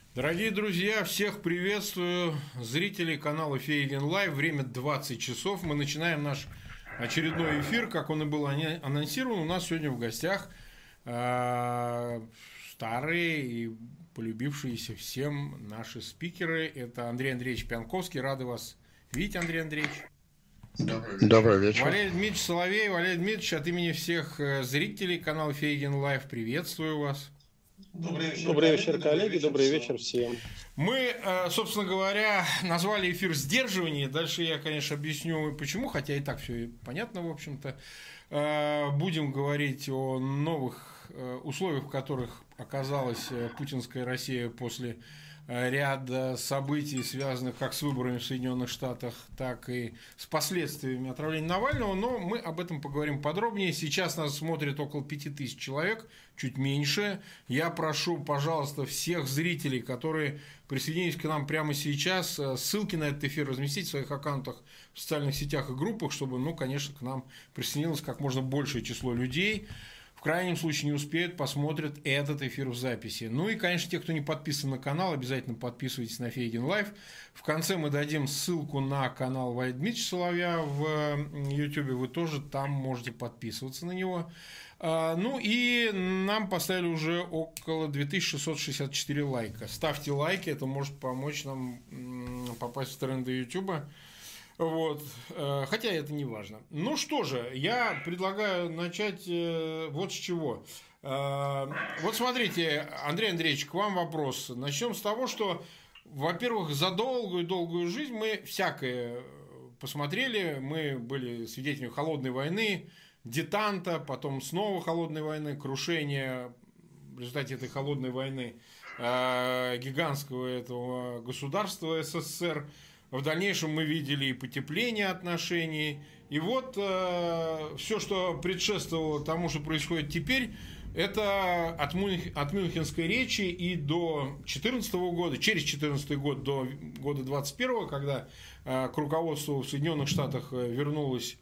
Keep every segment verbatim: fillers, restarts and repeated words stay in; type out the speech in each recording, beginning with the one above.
Дорогие друзья, всех приветствую, зрителей канала Фейгин Лайв. Время двадцать часов. Мы начинаем наш очередной эфир, как он и был анонсирован. У нас сегодня в гостях э, старые и полюбившиеся всем наши спикеры. Это Андрей Андреевич Пьянковский. Рады вас видеть, Андрей Андреевич. Добрый вечер. Добрый вечер. Валерий Дмитриевич Соловей. Валерий Дмитриевич, от имени всех зрителей канала Фейгин Лайв приветствую вас. Добрый вечер, добрый вечер, коллеги, добрый вечер всем. Мы, собственно говоря, назвали эфир «Сдерживание». Дальше я, конечно, объясню, почему, хотя и так все понятно, в общем-то. Будем говорить о новых условиях, в которых оказалась путинская Россия после ряда событий, связанных как с выборами в Соединенных Штатах, так и с последствиями отравления Навального, но мы об этом поговорим подробнее. Сейчас нас смотрит около пяти тысяч человек, чуть меньше. Я прошу, пожалуйста, всех зрителей, которые присоединились к нам прямо сейчас, ссылки на этот эфир разместить в своих аккаунтах в социальных сетях и группах, чтобы, ну, конечно, к нам присоединилось как можно большее число людей. В крайнем случае не успеют, посмотрят этот эфир в записи. Ну и, конечно, те, кто не подписан на канал, обязательно подписывайтесь на Фейгин Лайв. В конце мы дадим ссылку на канал Валерия Дмитриевича Соловья в YouTube. Вы тоже там можете подписываться на него. Ну и нам поставили уже около две тысячи шестьсот шестьдесят четыре лайка. Ставьте лайки, это может помочь нам попасть в тренды YouTube. Вот. Хотя это не важно. Ну что же, я предлагаю начать вот с чего. Вот смотрите, Андрей Андреевич, к вам вопрос. Начнем с того, что, во-первых, за долгую-долгую жизнь мы всякое посмотрели. Мы были свидетелями холодной войны, детанта, потом снова холодной войны, крушения в результате этой холодной войны гигантского этого государства СССР. В дальнейшем мы видели и потепление отношений. И вот э, все, что предшествовало тому, что происходит теперь, это от, Мюнх, от Мюнхенской речи и до две тысячи четырнадцатого года, через две тысячи четырнадцатый год до года двадцать первого, когда э, к руководству в Соединенных Штатах вернулась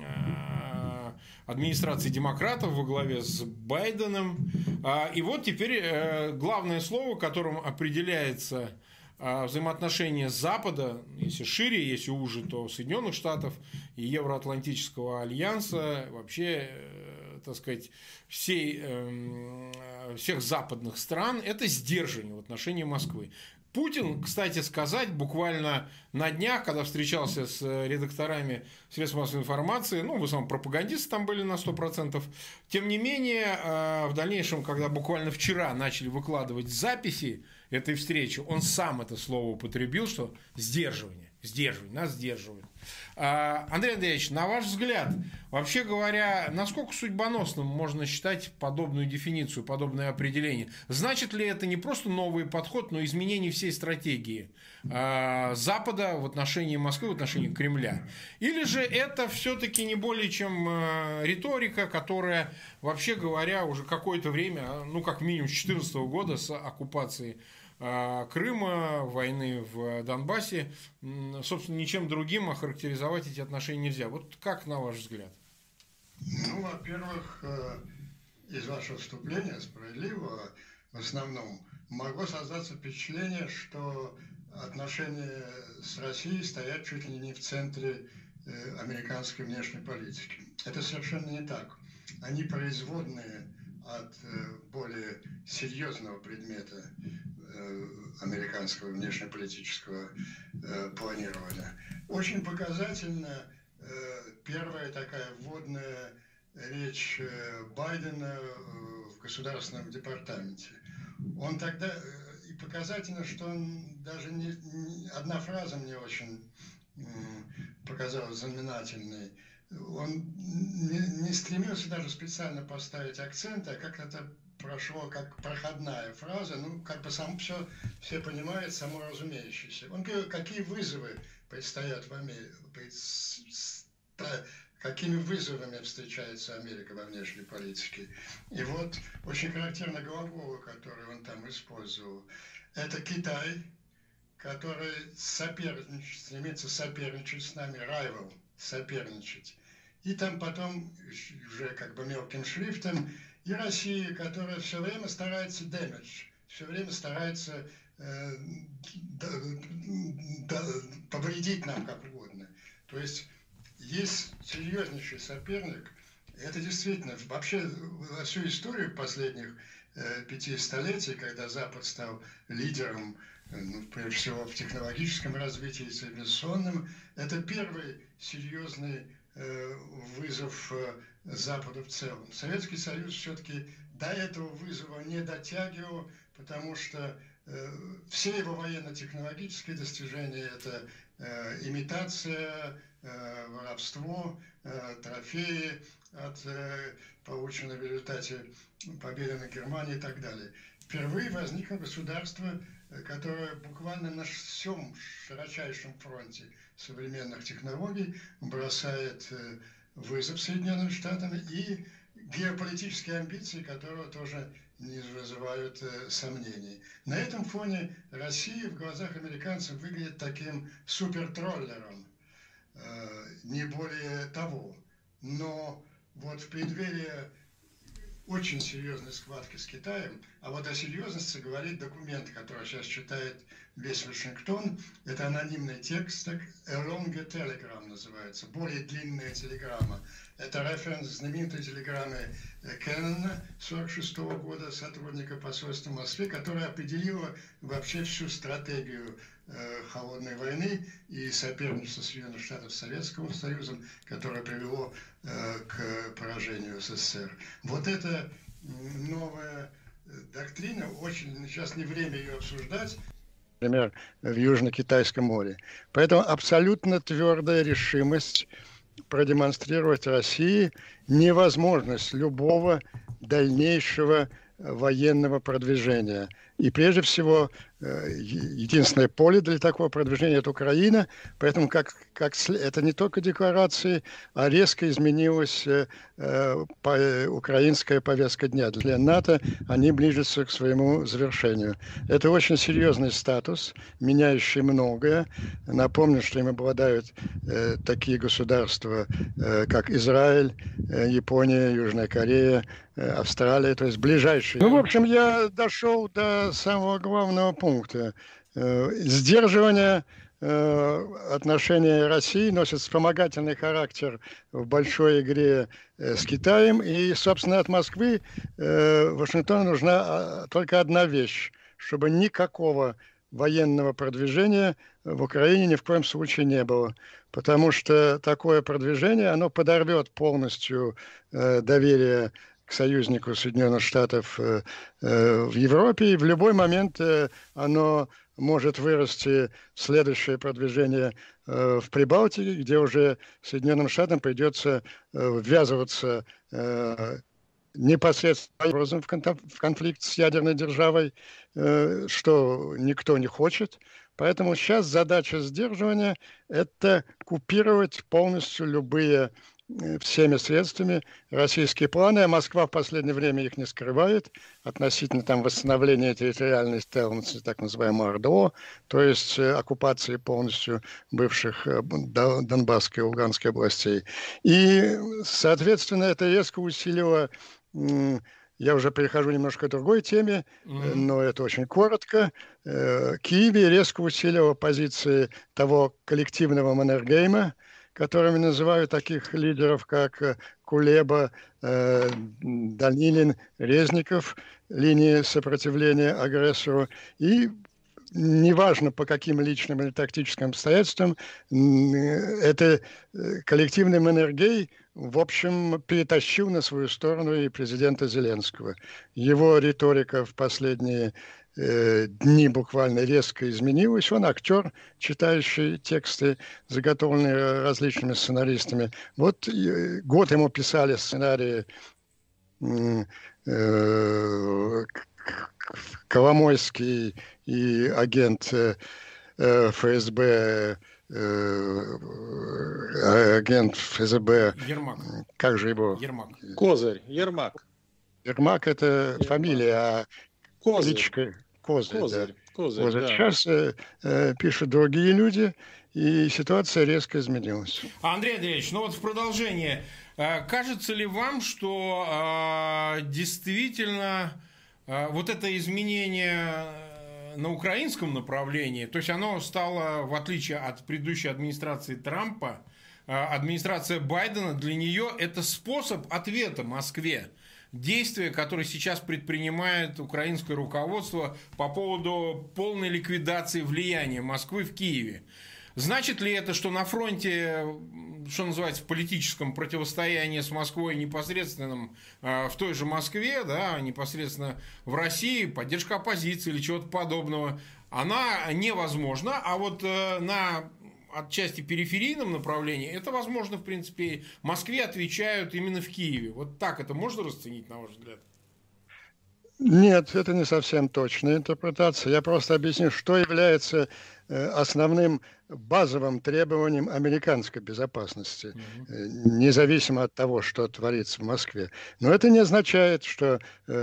э, администрация демократов во главе с Байденом. Э, и вот теперь э, главное слово, которым определяется взаимоотношения Запада, если шире, если уже, то Соединенных Штатов и Евроатлантического альянса, вообще, так сказать, всей, всех западных стран, это сдерживание в отношении Москвы. Путин, кстати сказать, буквально на днях, когда встречался с редакторами средств массовой информации, ну, в основном пропагандисты там были на сто процентов, тем не менее, в дальнейшем, когда буквально вчера начали выкладывать записи этой встречи, он сам это слово употребил, что сдерживание, сдерживание, нас сдерживают. Андрей Андреевич, на ваш взгляд, вообще говоря, насколько судьбоносным можно считать подобную дефиницию, подобное определение? Значит ли это не просто новый подход, но изменение всей стратегии Запада в отношении Москвы, в отношении Кремля? Или же это все-таки не более чем риторика, которая, вообще говоря, уже какое-то время, ну как минимум с две тысячи четырнадцатого года с оккупацией Крыма, войны в Донбассе, собственно, ничем другим охарактеризовать эти отношения нельзя. Вот как, на ваш взгляд? Ну, во-первых, из вашего вступления, справедливого, в основном, могло создаться впечатление, что отношения с Россией стоят чуть ли не в центре американской внешней политики. Это совершенно не так. Они производные от более серьезного предмета американского внешнеполитического планирования. Очень показательна первая такая вводная речь Байдена в Государственном департаменте. Он тогда, и показательно, что он даже не, не одна фраза мне очень показалась знаменательной. Он не, не стремился даже специально поставить акценты, а как это прошло как проходная фраза, ну, как бы сам все, все понимают, само разумеющееся. Он говорил, какие вызовы предстоят в Америке, какими вызовами встречается Америка во внешней политике. И вот очень характерно глагол, который он там использовал. Это Китай, который соперничает, стремится соперничать с нами, rival, соперничать. И там потом уже как бы мелким шрифтом и Россия, которая все время старается damage, все время старается э, да, да, повредить нам как угодно. То есть есть серьезнейший соперник. Это действительно вообще во всю историю последних э, пяти столетий, когда Запад стал лидером, ну, прежде всего в технологическом развитии и цивилизационном, это первый серьезный э, вызов э, Западу в целом. Советский Союз все-таки до этого вызова не дотягивал, потому что э, все его военно-технологические достижения – это э, имитация, э, воровство, э, трофеи, от э, полученной в результате победы на Германии и так далее. Впервые возникло государство, которое буквально на всем широчайшем фронте современных технологий бросает э, вызов Соединенным Штатам и геополитические амбиции, которые тоже не вызывают э, сомнений. На этом фоне Россия в глазах американцев выглядит таким супертроллером, э, не более того. Но вот в преддверии очень серьезной схватки с Китаем, а вот о серьезности говорит документ, который сейчас читает весь Вашингтон. Это анонимный текст, так, A Longer Telegram называется, более длинная телеграмма. Это референс знаменитой телеграммы Кеннона сорок шестого года, сотрудника посольства в Москве, которая определила вообще всю стратегию э, холодной войны и соперничества Соединенных Штатов с Советским Союзом, которое привело э, к поражению СССР. Вот эта новая доктрина, очень сейчас не время ее обсуждать, например, в Южно-Китайском море. Поэтому абсолютно твердая решимость продемонстрировать России невозможность любого дальнейшего военного продвижения. И прежде всего, единственное поле для такого продвижения – это Украина. Поэтому как, как, это не только декларации, а резко изменилась э, по, украинская повестка дня. Для НАТО они ближутся к своему завершению. Это очень серьезный статус, меняющий многое. Напомню, что им обладают э, такие государства, э, как Израиль, э, Япония, Южная Корея, э, Австралия, то есть ближайшие. Ну, в общем, я дошел до самого главного пункта. пункта. Сдерживание отношений России носит вспомогательный характер в большой игре с Китаем. И, собственно, от Москвы Вашингтону нужна только одна вещь, чтобы никакого военного продвижения в Украине ни в коем случае не было. Потому что такое продвижение, оно подорвет полностью доверие к союзнику Соединенных Штатов э, э, в Европе, и в любой момент э, оно может вырасти в следующее продвижение э, в Прибалтике, где уже Соединенным Штатам придется э, ввязываться э, непосредственно образом в, кон- в конфликт с ядерной державой, э, что никто не хочет. Поэтому сейчас задача сдерживания – это купировать полностью любые всеми средствами российские планы, а Москва в последнее время их не скрывает относительно там восстановления территориальной целостности, так называемого РДО, то есть оккупации полностью бывших Донбасской и Луганской областей. И, соответственно, это резко усилило, я уже перехожу немножко к другой теме, mm-hmm. но это очень коротко, Киеве резко усилило позиции того коллективного Маннергейма, которыми называют таких лидеров, как Кулеба, э, Данилин, Резников, линии сопротивления агрессору. И неважно по каким личным или тактическим обстоятельствам, это коллективный Маннергей, в общем, перетащил на свою сторону и президента Зеленского. Его риторика в последние дни буквально резко изменилась. Он актер, читающий тексты, заготовленные различными сценаристами. Вот год ему писали сценарии э, Коломойский и агент э, ФСБ, э, агент ФСБ. Ермак. Как же его? Ермак. Козырь. Ермак. Ермак – это Ермак. Фамилия, а Козырь. кличка Козырь. Козырь, да. Козырь, Козырь. Да. Сейчас э, э, пишут другие люди, и ситуация резко изменилась. Андрей Андреевич, ну вот в продолжение. Кажется ли вам, что э, действительно вот это изменение на украинском направлении, то есть оно стало, в отличие от предыдущей администрации Трампа, администрация Байдена, для нее это способ ответа Москве. Действия, которые сейчас предпринимает украинское руководство по поводу полной ликвидации влияния Москвы в Киеве. Значит ли это, что на фронте, что называется, в политическом противостоянии с Москвой непосредственном в той же Москве, да, непосредственно в России, поддержка оппозиции или чего-то подобного, она невозможна, а вот на отчасти периферийном направлении это возможно, в принципе, Москве отвечают именно в Киеве. Вот так это можно расценить, на ваш взгляд? Нет, это не совсем точная интерпретация. Я просто объясню, что является основным базовым требованием американской безопасности, mm-hmm. независимо от того, что творится в Москве. Но это не означает, что,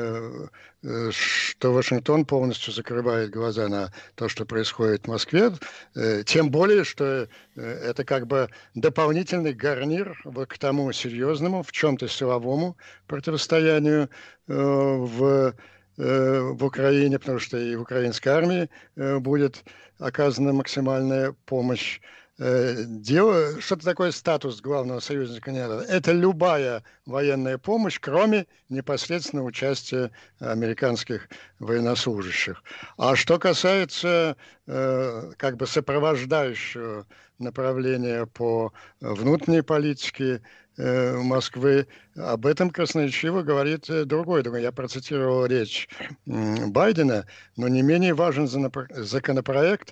что Вашингтон полностью закрывает глаза на то, что происходит в Москве, тем более, что это как бы дополнительный гарнир к тому серьезному, в чем-то силовому противостоянию в в Украине, потому что и в украинской армии будет оказана максимальная помощь. Дело, что-то такое статус главного союзника НАТО. Это любая военная помощь, кроме непосредственного участия американских военнослужащих. А что касается как бы сопровождающего направления по внутренней политике Москвы, об этом красноречиво говорит другой. Я процитировал речь Байдена, но не менее важен законопроект,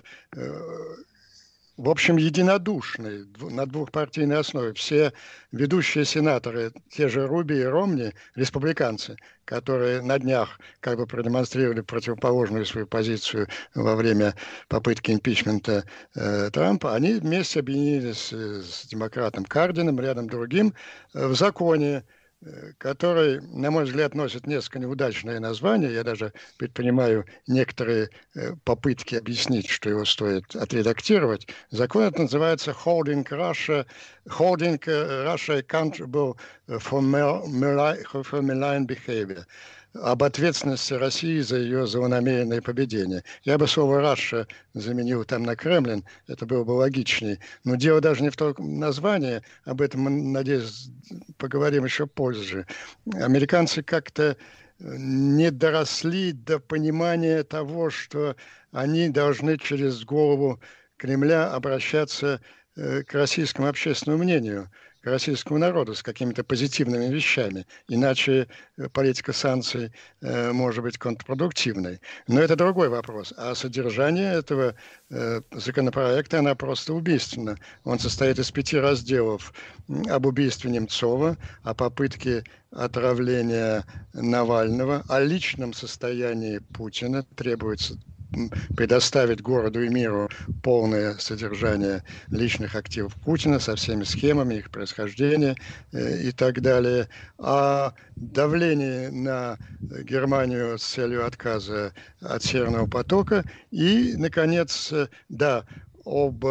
в общем, единодушный, на двухпартийной основе. Все ведущие сенаторы, те же Руби и Ромни, республиканцы, которые на днях как бы продемонстрировали противоположную свою позицию во время попытки импичмента э, Трампа, они вместе объединились с демократом Кардином, рядом другим, э, в законе, который, на мой взгляд, носит несколько неудачное название. Я даже предпринимаю некоторые попытки объяснить, что его стоит отредактировать. Закон этот называется Holding Russia, Holding Russia Accountable for Malign Behavior. Об ответственности России за ее злонамеренное поведение. Я бы слово «Раша» заменил там на «Кремлин», это было бы логичнее. Но дело даже не в том названии, об этом мы, надеюсь, поговорим еще позже. Американцы как-то не доросли до понимания того, что они должны через голову Кремля обращаться к российскому общественному мнению, к российскому народу с какими-то позитивными вещами. Иначе политика санкций э, может быть контрпродуктивной. Но это другой вопрос. А содержание этого э, законопроекта, оно просто убийственно. Он состоит из пяти разделов об убийстве Немцова, о попытке отравления Навального, о личном состоянии Путина. Требуется предоставить городу и миру полное содержание личных активов Путина со всеми схемами их происхождения э, и так далее. О давлении на Германию с целью отказа от Северного потока. И, наконец, э, да, об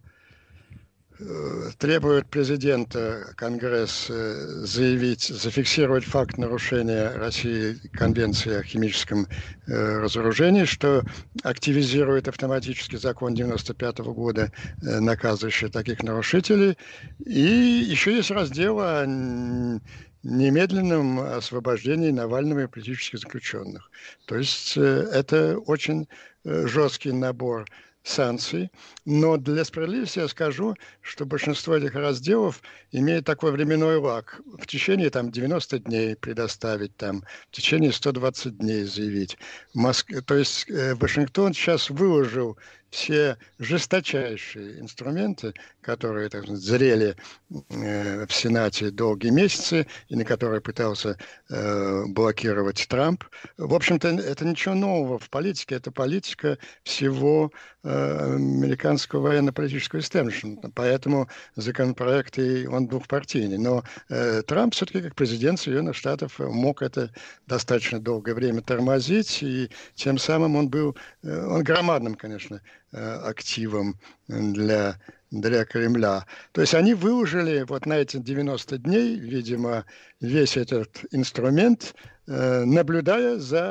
требует президента Конгресс заявить, зафиксировать факт нарушения России Конвенции о химическом э, разоружении, что активизирует автоматически закон девяносто пятого года, э, наказывающий таких нарушителей. И еще есть раздел о немедленном освобождении Навального и политических заключенных. То есть э, это очень э, жесткий набор санкций, но для справедливости я скажу, что большинство этих разделов имеет такой временной лаг. В течение там девяноста дней предоставить, там, в течение ста двадцати дней заявить. Моск... То есть э, Вашингтон сейчас выложил все жесточайшие инструменты, которые, так сказать, зрели э, в Сенате долгие месяцы и на которые пытался э, блокировать Трамп. В общем-то, это ничего нового в политике. Это политика всего э, американского военно-политического истеблишмента. Поэтому законопроект, и он двухпартийный. Но э, Трамп все-таки, как президент Соединенных Штатов, мог это достаточно долгое время тормозить, и тем самым он был, э, он громадным, конечно, активом для, для Кремля. То есть они выложили вот на эти девяносто дней, видимо, весь этот инструмент, наблюдая за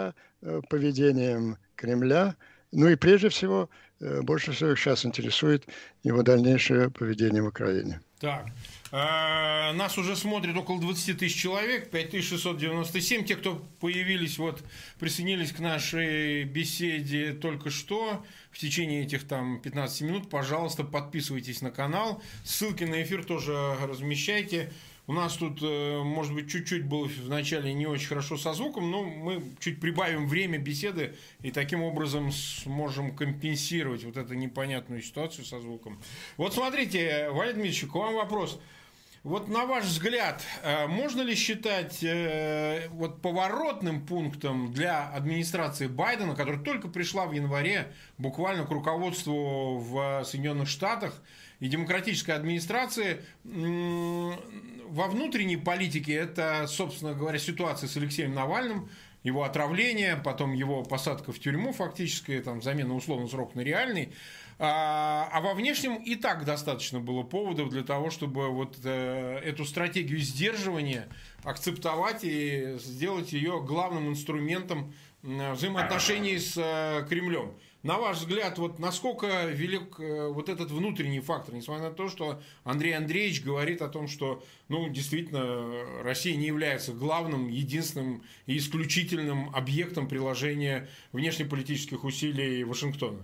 поведением Кремля. Ну и прежде всего, больше всего их сейчас интересует его дальнейшее поведение в Украине. Так, нас уже смотрит около двадцать тысяч человек, пять тысяч шестьсот девяносто семь. Те, кто появились, вот, присоединились к нашей беседе только что, в течение этих там пятнадцати минут, пожалуйста, подписывайтесь на канал. Ссылки на эфир тоже размещайте. У нас тут, может быть, чуть-чуть было вначале не очень хорошо со звуком, но мы чуть прибавим время беседы и таким образом сможем компенсировать вот эту непонятную ситуацию со звуком. Вот смотрите, Валерий Дмитриевич, к вам вопрос. Вот на ваш взгляд, можно ли считать вот поворотным пунктом для администрации Байдена, которая только пришла в январе буквально к руководству в Соединенных Штатах, и демократической администрации, во внутренней политике это, собственно говоря, ситуация с Алексеем Навальным, его отравление, потом его посадка в тюрьму фактически, там, замена условного срока на реальный. А, а во внешнем и так достаточно было поводов для того, чтобы вот э, эту стратегию сдерживания акцептовать и сделать ее главным инструментом взаимоотношений с э, Кремлем. На ваш взгляд, вот насколько велик вот этот внутренний фактор, несмотря на то, что Андрей Андреевич говорит о том, что, ну, действительно, Россия не является главным, единственным и исключительным объектом приложения внешнеполитических усилий Вашингтона?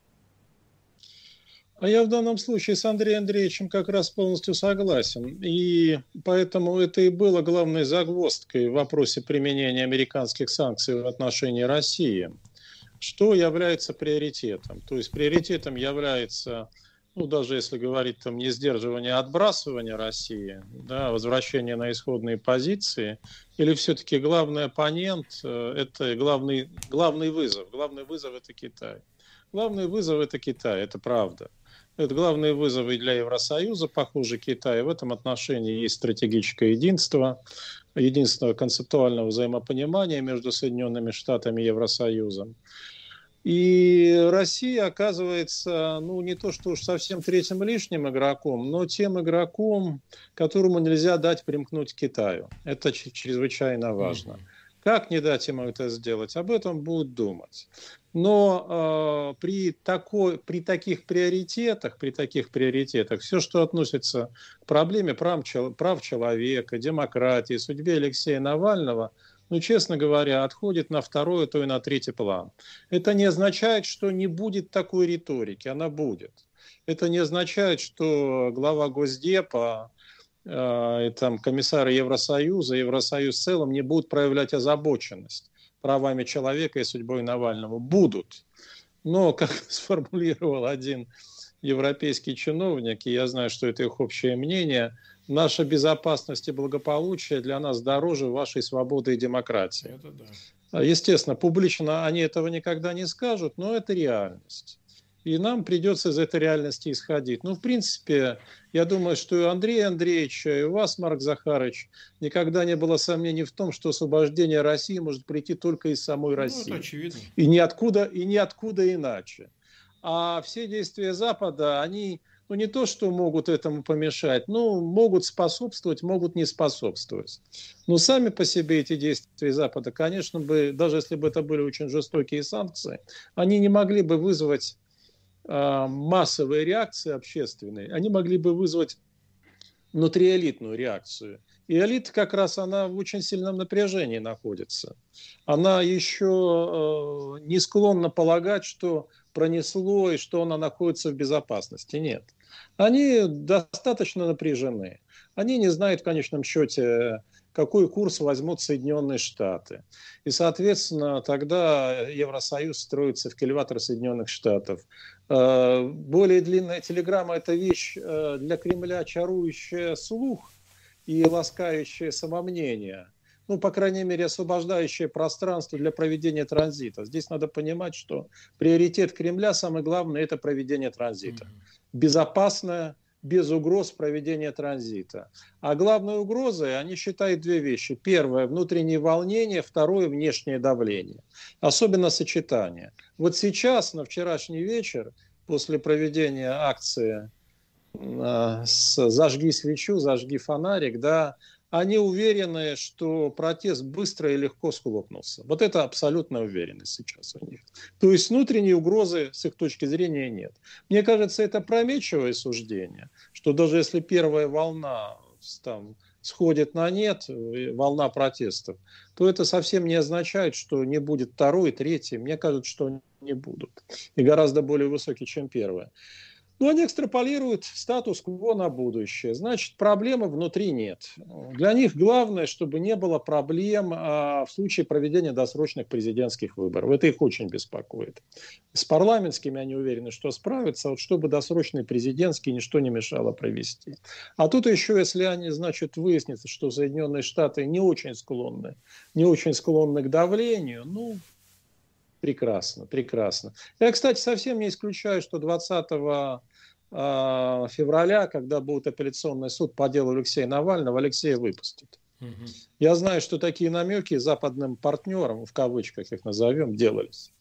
А я в данном случае с Андреем Андреевичем как раз полностью согласен. И поэтому это и было главной загвоздкой в вопросе применения американских санкций в отношении России. Что является приоритетом? То есть приоритетом является, ну, даже если говорить там не сдерживание, а отбрасывание России, да, возвращение на исходные позиции, или все-таки главный оппонент, это главный, главный вызов. Главный вызов – это Китай. Главный вызов – это Китай, это правда. Это главные вызовы для Евросоюза, похоже, Китая. В этом отношении есть стратегическое единство, единство концептуального взаимопонимания между Соединенными Штатами и Евросоюзом. И Россия оказывается, ну, не то что уж совсем третьим лишним игроком, но тем игроком, которому нельзя дать примкнуть к Китаю. Это чрезвычайно важно. Как не дать ему это сделать? Об этом будут думать. Но э, при, такой, при таких приоритетах, при таких приоритетах, все, что относится к проблеме прав, прав человека, демократии, судьбе Алексея Навального, ну, честно говоря, отходит на второй, а то и на третий план. Это не означает, что не будет такой риторики, она будет. Это не означает, что глава Госдепа, э, и там комиссары Евросоюза, Евросоюз в целом не будут проявлять озабоченность правами человека и судьбой Навального. Будут. Но, как сформулировал один европейский чиновник, и я знаю, что это их общее мнение, наша безопасность и благополучие для нас дороже вашей свободы и демократии. Это да. Естественно, публично они этого никогда не скажут, но это реальность. И нам придется из этой реальности исходить. Ну, в принципе, я думаю, что и у Андрея Андреевича, и у вас, Марк Захарович, никогда не было сомнений в том, что освобождение России может прийти только из самой России. Ну, это очевидно. И ниоткуда, и ниоткуда иначе. А все действия Запада, они, ну, не то, что могут этому помешать, но могут способствовать, могут не способствовать. Но сами по себе эти действия Запада, конечно, бы, даже если бы это были очень жестокие санкции, они не могли бы вызвать массовые реакции общественные, они могли бы вызвать внутриэлитную реакцию. И элита как раз она в очень сильном напряжении находится. Она еще э, не склонна полагать, что пронесло и что она находится в безопасности. Нет. Они достаточно напряжены. Они не знают в конечном счете, какой курс возьмут Соединенные Штаты. И, соответственно, тогда Евросоюз строится в кильватер Соединенных Штатов. Более длинная телеграмма – это вещь для Кремля, чарующая слух и ласкающая самомнение. Ну, по крайней мере, освобождающее пространство для проведения транзита. Здесь надо понимать, что приоритет Кремля, самое главное, это проведение транзита. Безопасное, без угроз проведения транзита. А главной угрозой они считают две вещи. Первое – внутреннее волнение, второе – внешнее давление. Особенно сочетание. Вот сейчас, на вчерашний вечер, после проведения акции э, с «Зажги свечу, зажги фонарик», да, они уверены, что протест быстро и легко схлопнулся. Вот это абсолютная уверенность сейчас у них. То есть внутренней угрозы с их точки зрения нет. Мне кажется, это опрометчивое суждение, что даже если первая волна там сходит на нет, волна протестов, то это совсем не означает, что не будет второй, третьей. Мне кажется, что не будут. И гораздо более высокие, чем первая. Но они экстраполируют статус-кво на будущее. Значит, проблемы внутри нет. Для них главное, чтобы не было проблем а, в случае проведения досрочных президентских выборов. Это их очень беспокоит. С парламентскими они уверены, что справятся, вот чтобы досрочные президентские ничто не мешало провести. А тут еще, если они, значит, выяснится, что Соединенные Штаты не очень склонны, не очень склонны к давлению, ну, прекрасно, прекрасно. Я, кстати, совсем не исключаю, что двадцатого февраля, когда будет апелляционный суд по делу Алексея Навального, Алексея выпустят. Угу. Я знаю, что такие намеки западным партнерам, в кавычках их назовем, делались.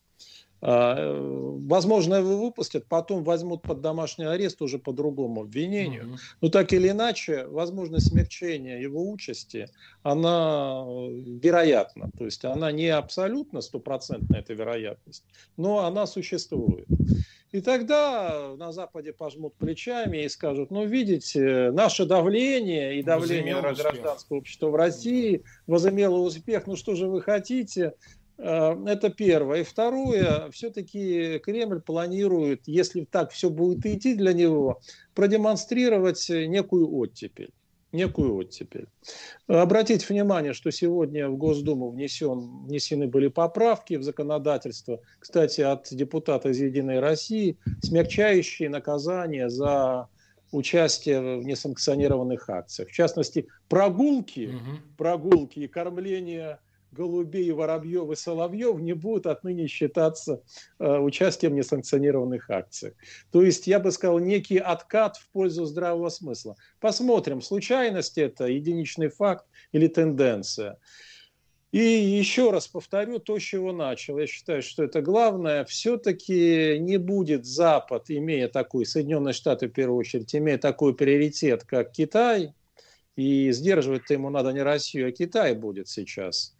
Возможно, его выпустят, потом возьмут под домашний арест уже по другому обвинению. Угу. Но так или иначе, возможность смягчения его участи, она вероятна. То есть она не абсолютно стопроцентная, эта вероятность, но она существует. И тогда на Западе пожмут плечами и скажут, ну, видите, наше давление и давление гражданского общества в России возымело успех, ну, что же вы хотите? Это первое. И второе, все-таки Кремль планирует, если так все будет идти для него, продемонстрировать некую оттепель. Некую оттепель. Обратите внимание, что сегодня в Госдуму внесен, внесены были поправки в законодательство, кстати, от депутата из «Единой России», смягчающие наказания за участие в несанкционированных акциях. В частности, прогулки, угу. прогулки и кормление голубей, воробьев и соловьев не будут отныне считаться э, участием в несанкционированных акциях. То есть, я бы сказал, некий откат в пользу здравого смысла. Посмотрим, случайность это, единичный факт или тенденция. И еще раз повторю то, с чего начал. Я считаю, что это главное. Все-таки не будет Запад, имея такой, Соединенные Штаты в первую очередь, имея такой приоритет, как Китай, и сдерживать-то ему надо не Россию, а Китай будет сейчас,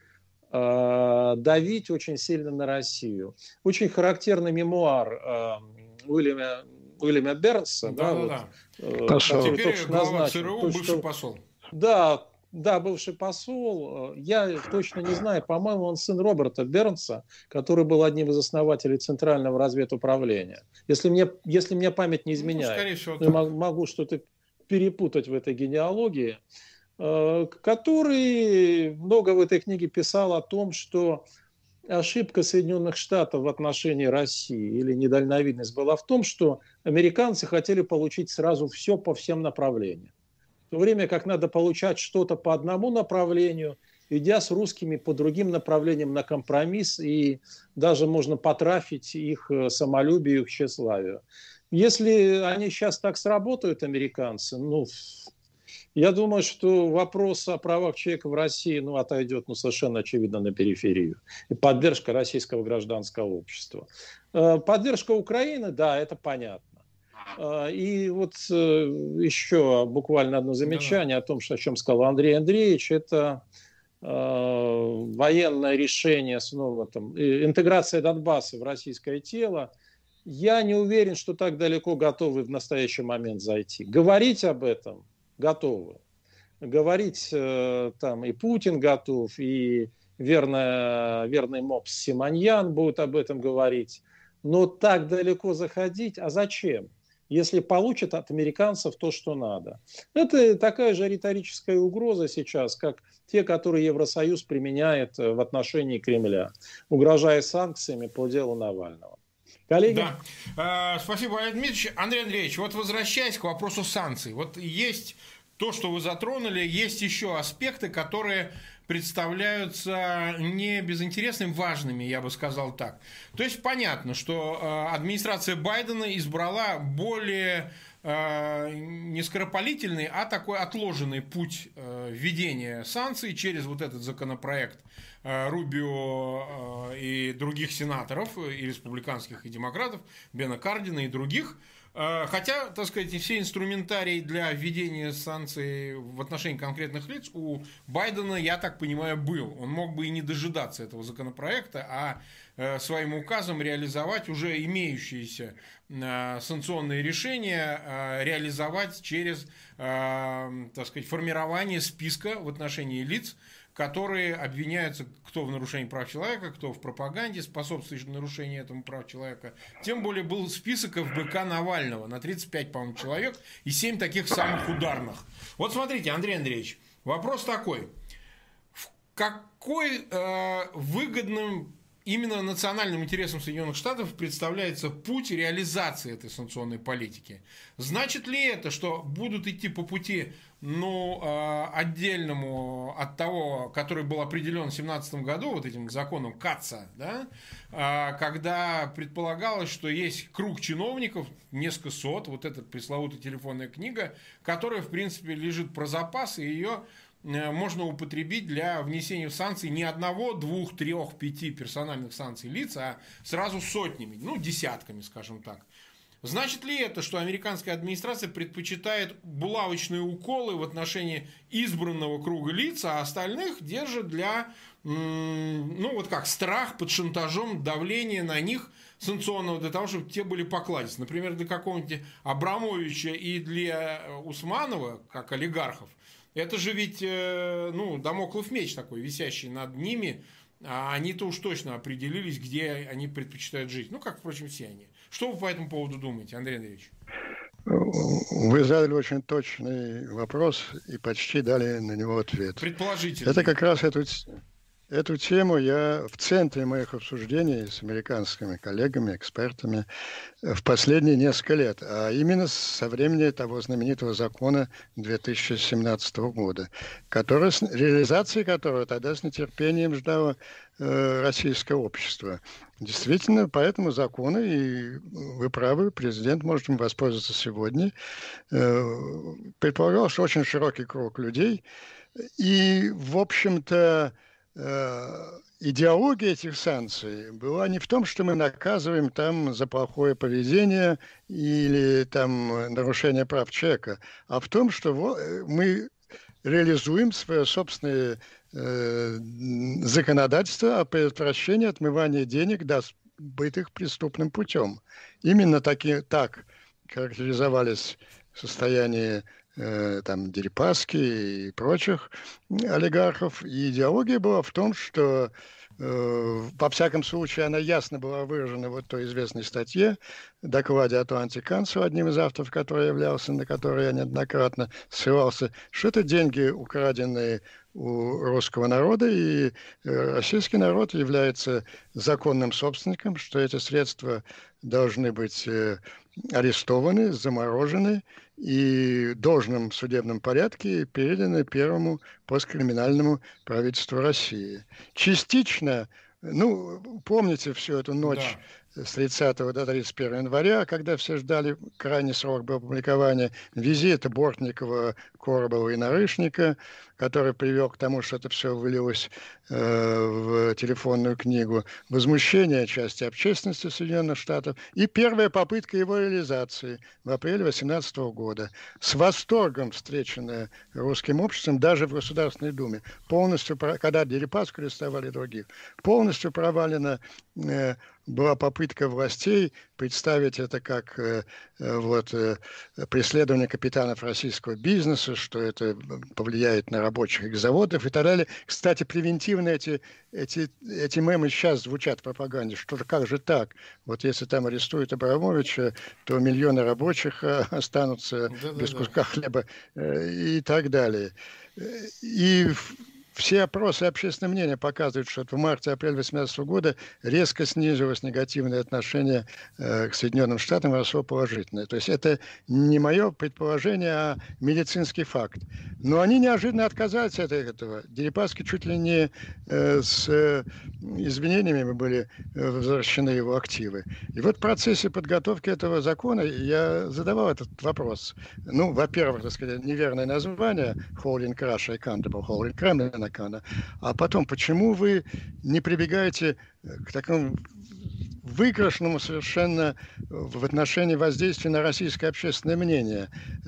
давить очень сильно на Россию. Очень характерный мемуар э, Уильяма, Уильяма Бернса, да, да, да, вот, да. Э, теперь глава ЦРУ, то, бывший что, посол. Да, да, бывший посол. Я точно не знаю, по-моему, он сын Роберта Бернса, который был одним из основателей Центрального разведуправления. Если мне, если мне память не изменяет, ну, скорее всего, я могу, могу что-то перепутать в этой генеалогии, который много в этой книге писал о том, что ошибка Соединенных Штатов в отношении России или недальновидность была в том, что американцы хотели получить сразу все по всем направлениям. В то время как надо получать что-то по одному направлению, идя с русскими по другим направлениям на компромисс, и даже можно потрафить их самолюбие, их тщеславие. Если они сейчас так сработают, американцы, ну... Я думаю, что вопрос о правах человека в России ну, отойдет ну, совершенно очевидно на периферию. И поддержка российского гражданского общества. Поддержка Украины, да, это понятно. И вот еще буквально одно замечание о том, что, о чем сказал Андрей Андреевич, это военное решение, снова там, интеграция Донбасса в российское тело. Я не уверен, что так далеко готовы в настоящий момент зайти. Говорить об этом готовы. Говорить э, там и Путин готов, и верно, верный мопс Симоньян будет об этом говорить. Но так далеко заходить, а зачем? Если получат от американцев то, что надо. Это такая же риторическая угроза сейчас, как те, которые Евросоюз применяет в отношении Кремля, угрожая санкциями по делу Навального. Коллеги? Да. Спасибо, Валерий Дмитриевич. Андрей Андреевич, вот возвращаясь к вопросу санкций. Вот есть то, что вы затронули, есть еще аспекты, которые представляются не безинтересными, важными, я бы сказал так. То есть понятно, что администрация Байдена избрала более не скоропалительный, а такой отложенный путь введения санкций через вот этот законопроект Рубио и других сенаторов, и республиканских, и демократов, Бена Кардина и других. Хотя, так сказать, все инструментарии для введения санкций в отношении конкретных лиц у Байдена, я так понимаю, был. Он мог бы и не дожидаться этого законопроекта, а своим указом реализовать уже имеющиеся санкционные решения, реализовать через, так сказать, формирование списка в отношении лиц, которые обвиняются кто в нарушении прав человека, кто в пропаганде, способствующей нарушению этому прав человека. Тем более был список эф бэ ка Навального на тридцать пять, по-моему, человек и семь таких самых ударных. Вот смотрите, Андрей Андреевич, вопрос такой. В какой э, выгодным именно национальным интересам Соединенных Штатов представляется путь реализации этой санкционной политики? Значит ли это, что будут идти по пути, ну, отдельному от того, который был определен в две тысячи семнадцатом году, вот этим законом Катца, да, когда предполагалось, что есть круг чиновников, несколько сот, вот эта пресловутая телефонная книга, которая, в принципе, лежит про запас, и ее можно употребить для внесения санкций не одного, двух, трех, пяти персональных санкций лиц, а сразу сотнями, ну, десятками, скажем так. Значит ли это, что американская администрация предпочитает булавочные уколы в отношении избранного круга лиц, а остальных держит для, ну, вот как, страх под шантажом, давление на них санкционного, для того, чтобы те были покладисты? Например, для какого-нибудь Абрамовича и для Усманова, как олигархов, это же ведь, ну, дамоклов меч такой, висящий над ними, а они-то уж точно определились, где они предпочитают жить. Ну, как, впрочем, все они. Что вы по этому поводу думаете, Андрей Андреевич? Вы задали очень точный вопрос и почти дали на него ответ. Предположительно. Это как раз эту, эту тему я в центре моих обсуждений с американскими коллегами, экспертами в последние несколько лет, а именно со времени того знаменитого закона две тысячи семнадцатого года, который, реализации которого тогда с нетерпением ждало э, российское общество. Действительно, по этому закону, и вы правы, президент может им воспользоваться сегодня, э, предполагал, что очень широкий круг людей, и, в общем-то, э, идеология этих санкций была не в том, что мы наказываем там за плохое поведение или там нарушение прав человека, а в том, что мы реализуем свое собственное э, законодательство о предотвращении отмывания денег, добытых преступным путем. Именно таки, так характеризовались состояние э, там, Дерипаски и прочих олигархов. И идеология была в том, что э, во всяком случае она ясно была выражена в вот той известной статье, докладе Атлантик Council, одним из авторов, который являлся, на который я неоднократно ссылался, что это деньги, украденные у русского народа, и российский народ является законным собственником, что эти средства должны быть арестованы, заморожены и в должном судебном порядке переданы первому посткриминальному правительству России. Частично, ну, помните всю эту ночь, да, с тридцатого до тридцать первого января, когда все ждали, крайний срок был опубликования визита Бортникова, Коробова и Нарышника, который привел к тому, что это все вылилось э, в телефонную книгу, возмущение части общественности Соединенных Штатов и первая попытка его реализации в апреле две тысячи восемнадцатого года, с восторгом встреченная русским обществом даже в Государственной Думе, полностью, когда Дерипаску арестовали и других, полностью провалена э, была попытка властей представить это как э, вот, э, преследование капитанов российского бизнеса, что это повлияет на рабочих их заводов и так далее. Кстати, превентивно эти, эти, эти мемы сейчас звучат в пропаганде, что как же так? Вот если там арестуют Абрамовича, то миллионы рабочих останутся да, без да, куска да. хлеба э, и так далее. И все опросы общественного мнения показывают, что в марте-апреле две тысячи восемнадцатого года резко снизилось негативное отношение э, к Соединенным Штатам, росло положительное. То есть это не мое предположение, а медицинский факт. Но они неожиданно отказались от этого. Дерипаски чуть ли не э, с э, извинениями были э, возвращены его активы. И вот в процессе подготовки этого закона я задавал этот вопрос. Ну, во-первых, так сказать, неверное название Holding Russia Accountable, Holding Kremlin анакана. А потом, почему вы не прибегаете к такому выигрышному совершенно в отношении воздействия на российское общественное мнение?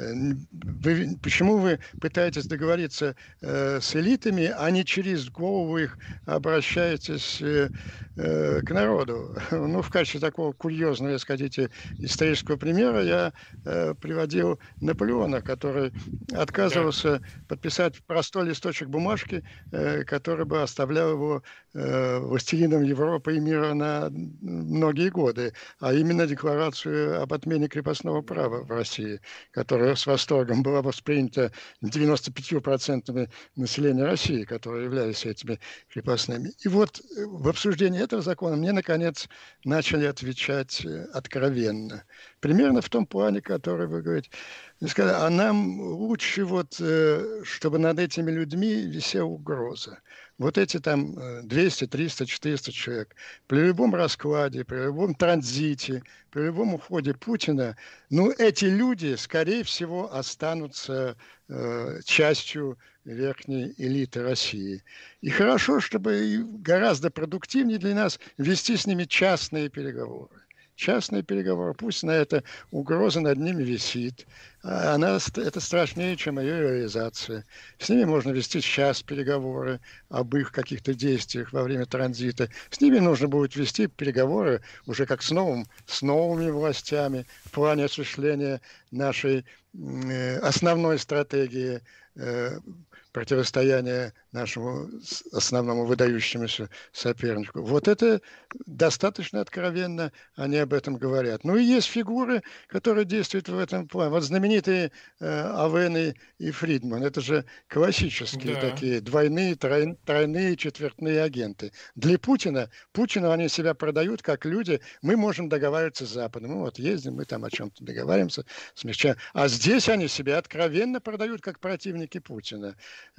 Вы, почему вы пытаетесь договориться э, с элитами, а не через голову их обращаетесь э, э, к народу? Ну, в качестве такого курьезного, если хотите, исторического примера я э, приводил Наполеона, который отказывался подписать простой листочек бумажки, э, который бы оставлял его э, властелином Европы и мира на многие годы, а именно декларацию об отмене крепостного права в России, которая с восторгом была воспринята девяносто пятью процентами населения России, которые являлись этими крепостными. И вот в обсуждении этого закона мне, наконец, начали отвечать откровенно. Примерно в том плане, который вы говорите. Сказали, а нам лучше, вот, чтобы над этими людьми висела угроза. Вот эти там двести, триста, четыреста человек, при любом раскладе, при любом транзите, при любом уходе Путина, ну, эти люди, скорее всего, останутся э, частью верхней элиты России. И хорошо, чтобы гораздо продуктивнее для нас вести с ними частные переговоры. Частные переговоры, пусть на это угроза над ними висит. Она, это страшнее, чем ее реализация. С ними можно вести сейчас переговоры об их каких-то действиях во время транзита. С ними нужно будет вести переговоры уже как с, новым, с новыми властями в плане осуществления нашей э, основной стратегии э, противостояния нашему основному выдающемуся сопернику. Вот это достаточно откровенно они об этом говорят. Ну и есть фигуры, которые действуют в этом плане. Вот знаменитые э, Авен и Фридман. Это же классические, да, такие двойные, тройные, тройные, четвертные агенты. Для Путина, Путину они себя продают как люди. Мы можем договариваться с Западом. Мы вот ездим, мы там о чем-то договариваемся, смягчаем. А здесь они себя откровенно продают как противники Путина.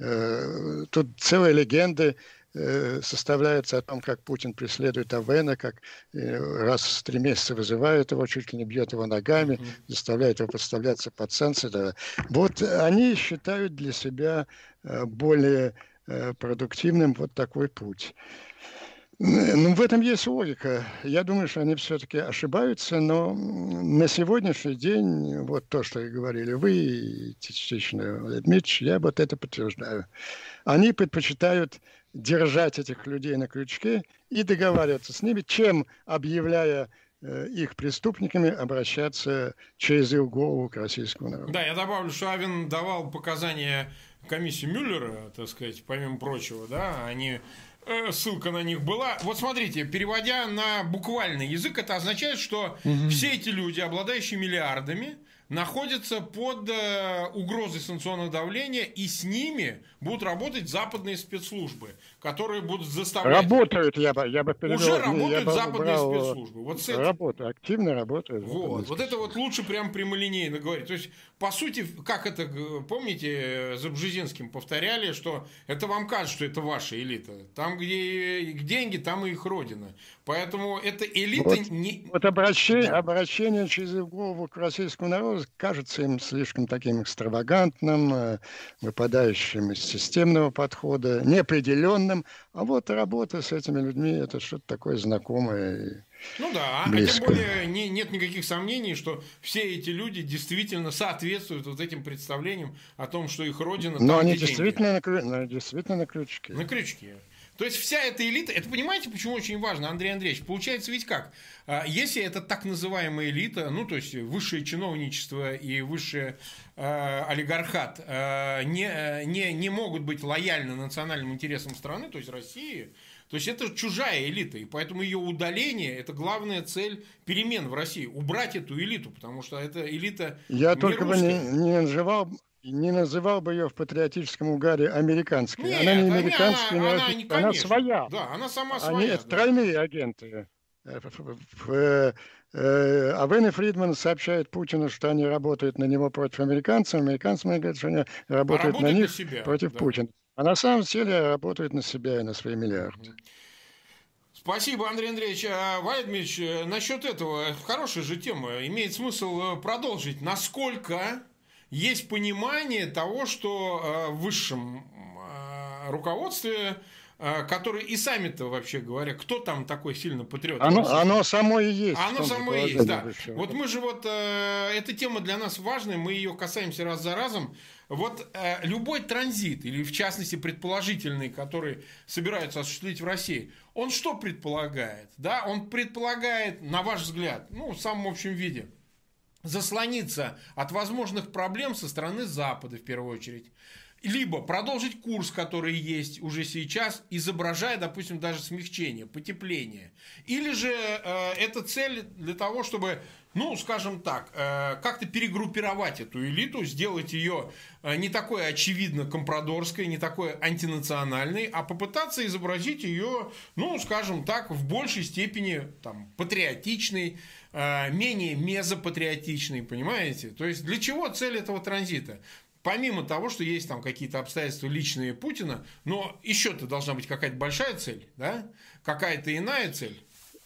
Тут целые легенды составляются о том, как Путин преследует Авена, как раз в три месяца вызывает его, чуть ли не бьет его ногами, заставляет его подставляться под санкции. Вот они считают для себя более продуктивным вот такой путь. Ну, в этом есть логика. Я думаю, что они все-таки ошибаются, но на сегодняшний день, вот то, что и говорили вы, и частично Владимир Дмитриевич, я вот это подтверждаю. Они предпочитают держать этих людей на крючке и договариваться с ними, чем, объявляя э, их преступниками, обращаться через их голову к российскому народу. Да, я добавлю, что Авен давал показания комиссии Мюллера, так сказать, помимо прочего, да, они... Ссылка на них была. Вот смотрите, переводя на буквальный язык, это означает, что угу. все эти люди, обладающие миллиардами, находятся под э, угрозой санкционного давления, и с ними будут работать западные спецслужбы, которые будут заставлять... Работают, я бы, я бы перевел. Уже работают я западные брал... спецслужбы. Вот с этим... Работают, активно работают. Вот, вот это вот лучше прям прямолинейно говорить. То есть, по сути, как это, помните, за Бжезинским повторяли, что это вам кажется, что это ваша элита. Там, где деньги, там и их родина. Поэтому эта элита... Вот, не... вот обращение, обращение через голову к российскому народу кажется им слишком таким экстравагантным, выпадающим из системного подхода, неопределенным. А вот работа с этими людьми – это что-то такое знакомое. Ну да, близко. А тем более не, нет никаких сомнений, что все эти люди действительно соответствуют вот этим представлениям о том, что их родина... Но там, они где действительно на, на, действительно на крючке. На крючке. То есть вся эта элита, это понимаете, почему очень важно, Андрей Андреевич? Получается ведь как? Если это так называемая элита, ну то есть высшее чиновничество и высший э, олигархат э, не, не, не могут быть лояльны национальным интересам страны, то есть России, то есть это чужая элита, и поэтому ее удаление – это главная цель перемен в России. Убрать эту элиту, потому что это элита Я не только русская. бы не, не называл... Не называл бы ее в патриотическом угаре американской. Нет, она не американская, она, не она, не, она своя. Да, она сама Они своя. это Да. тройные агенты. Авен и Фридман сообщают Путину, что они работают на него против американцев. Американцам говорят, что они работают, а работают на них на себя, против да. Путина. А на самом деле работают на себя и на свои миллиарды. Спасибо, Андрей Андреевич. Владимир Дмитриевич, насчет этого хорошая же тема. Имеет смысл продолжить. Насколько... Есть понимание того, что э, в высшем э, руководстве, которые и сами-то, вообще говоря, кто там такой сильно патриот? Оно, оно само и есть. Оно само и есть, да. Вот мы же вот, э, эта тема для нас важная, мы ее касаемся раз за разом. Вот э, любой транзит, или в частности предположительный, который собираются осуществить в России, он что предполагает? Да? Он предполагает, на ваш взгляд, ну, в самом общем виде, заслониться от возможных проблем со стороны Запада, в первую очередь. Либо продолжить курс, который есть уже сейчас, изображая, допустим, даже смягчение, потепление. Или же э, это цель для того, чтобы, ну, скажем так, э, как-то перегруппировать эту элиту, сделать ее э, не такой очевидно компрадорской, не такой антинациональной, а попытаться изобразить ее, ну, скажем так, в большей степени там, патриотичной, э, менее мезопатриотичной, понимаете? То есть для чего цель этого транзита? Помимо того, что есть там какие-то обстоятельства личные Путина, но еще-то должна быть какая-то большая цель, да? Какая-то иная цель.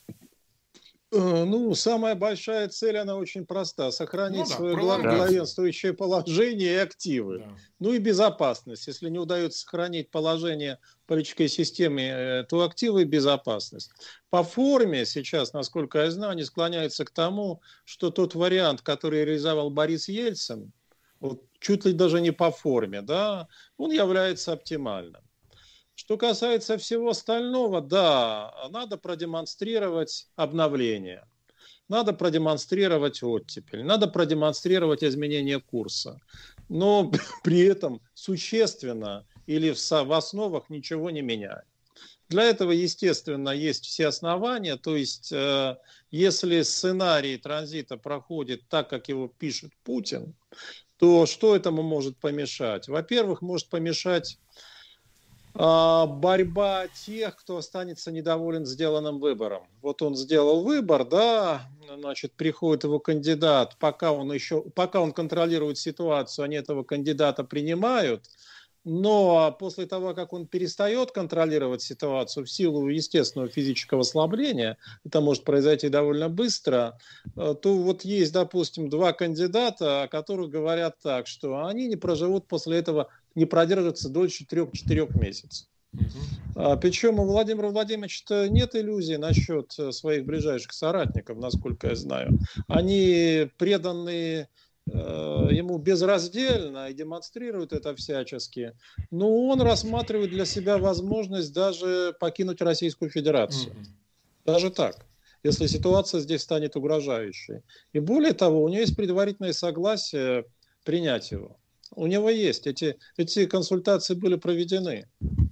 Ну, самая большая цель, она очень проста. Сохранить ну, да, свое главенствующее положение и активы. Да. Ну и безопасность. Если не удается сохранить положение в политической системе, то активы и безопасность. По форме сейчас, насколько я знаю, они склоняются к тому, что тот вариант, который реализовал Борис Ельцин, вот, чуть ли даже не по форме, да, он является оптимальным. Что касается всего остального, да, надо продемонстрировать обновление, надо продемонстрировать оттепель, надо продемонстрировать изменение курса, но при этом существенно или в основах ничего не меняя. Для этого, естественно, есть все основания, то есть э, если сценарий транзита проходит так, как его пишет Путин, то что этому может помешать? Во-первых, может помешать э, борьба тех, кто останется недоволен сделанным выбором. Вот он сделал выбор, да, значит, приходит его кандидат, пока он еще, пока он контролирует ситуацию, они этого кандидата принимают. Но после того, как он перестает контролировать ситуацию в силу естественного физического ослабления, это может произойти довольно быстро, то вот есть, допустим, два кандидата, о которых говорят так, что они не проживут после этого, не продержатся дольше трех-четырех месяцев. Uh-huh. Причем у Владимира Владимировича нет иллюзий насчет своих ближайших соратников, насколько я знаю. Они преданные ему безраздельно и демонстрирует это всячески, но он рассматривает для себя возможность даже покинуть Российскую Федерацию. Mm-hmm. Даже так, если ситуация здесь станет угрожающей. И более того, у него есть предварительное согласие принять его. У него есть. Эти, эти консультации были проведены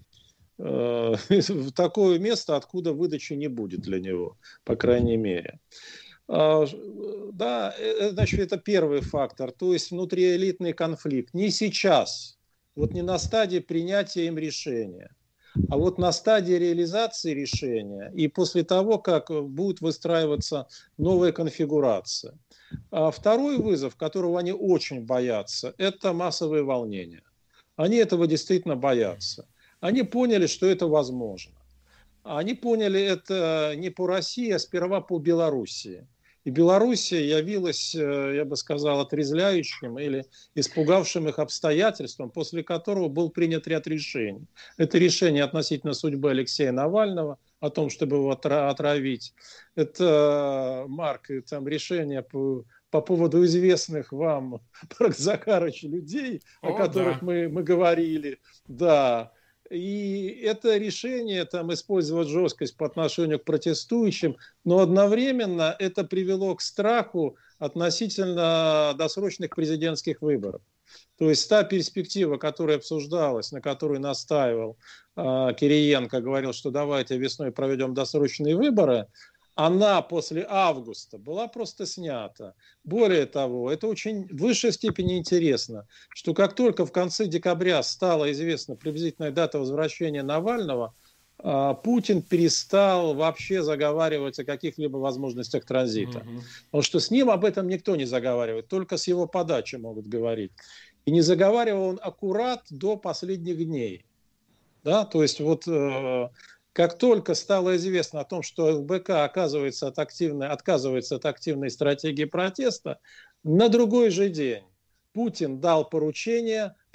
в такое место, откуда выдачи не будет для него, по крайней мере. Да, значит, это первый фактор, то есть внутриэлитный конфликт. Не сейчас, вот не на стадии принятия им решения, а вот на стадии реализации решения и после того, как будет выстраиваться новая конфигурация. А второй вызов, которого они очень боятся, это массовые волнения. Они этого действительно боятся. Они поняли, что это возможно. Они поняли это не по России, а сперва по Белоруссии. И Белоруссия явилась, я бы сказал, отрезвляющим или испугавшим их обстоятельством, после которого был принят ряд решений. Это решение относительно судьбы Алексея Навального, о том, чтобы его отравить. Это, Марк, там решение по, по поводу известных вам, Марк Захарович, людей, о, о которых да. мы, мы говорили. Да. И это решение там, использовать жесткость по отношению к протестующим, но одновременно это привело к страху относительно досрочных президентских выборов. То есть та перспектива, которая обсуждалась, на которой настаивал э, Кириенко, говорил, что давайте весной проведем досрочные выборы, она после августа была просто снята. Более того, это очень в высшей степени интересно, что как только в конце декабря стала известна приблизительная дата возвращения Навального, Путин перестал вообще заговаривать о каких-либо возможностях транзита. Mm-hmm. Потому что с ним об этом никто не заговаривает, только с его подачи могут говорить. И не заговаривал он аккурат до последних дней. Да? То есть вот... Как только стало известно о том, что ЛБК оказывается от активной, отказывается от активной стратегии протеста, на другой же день Путин дал поручение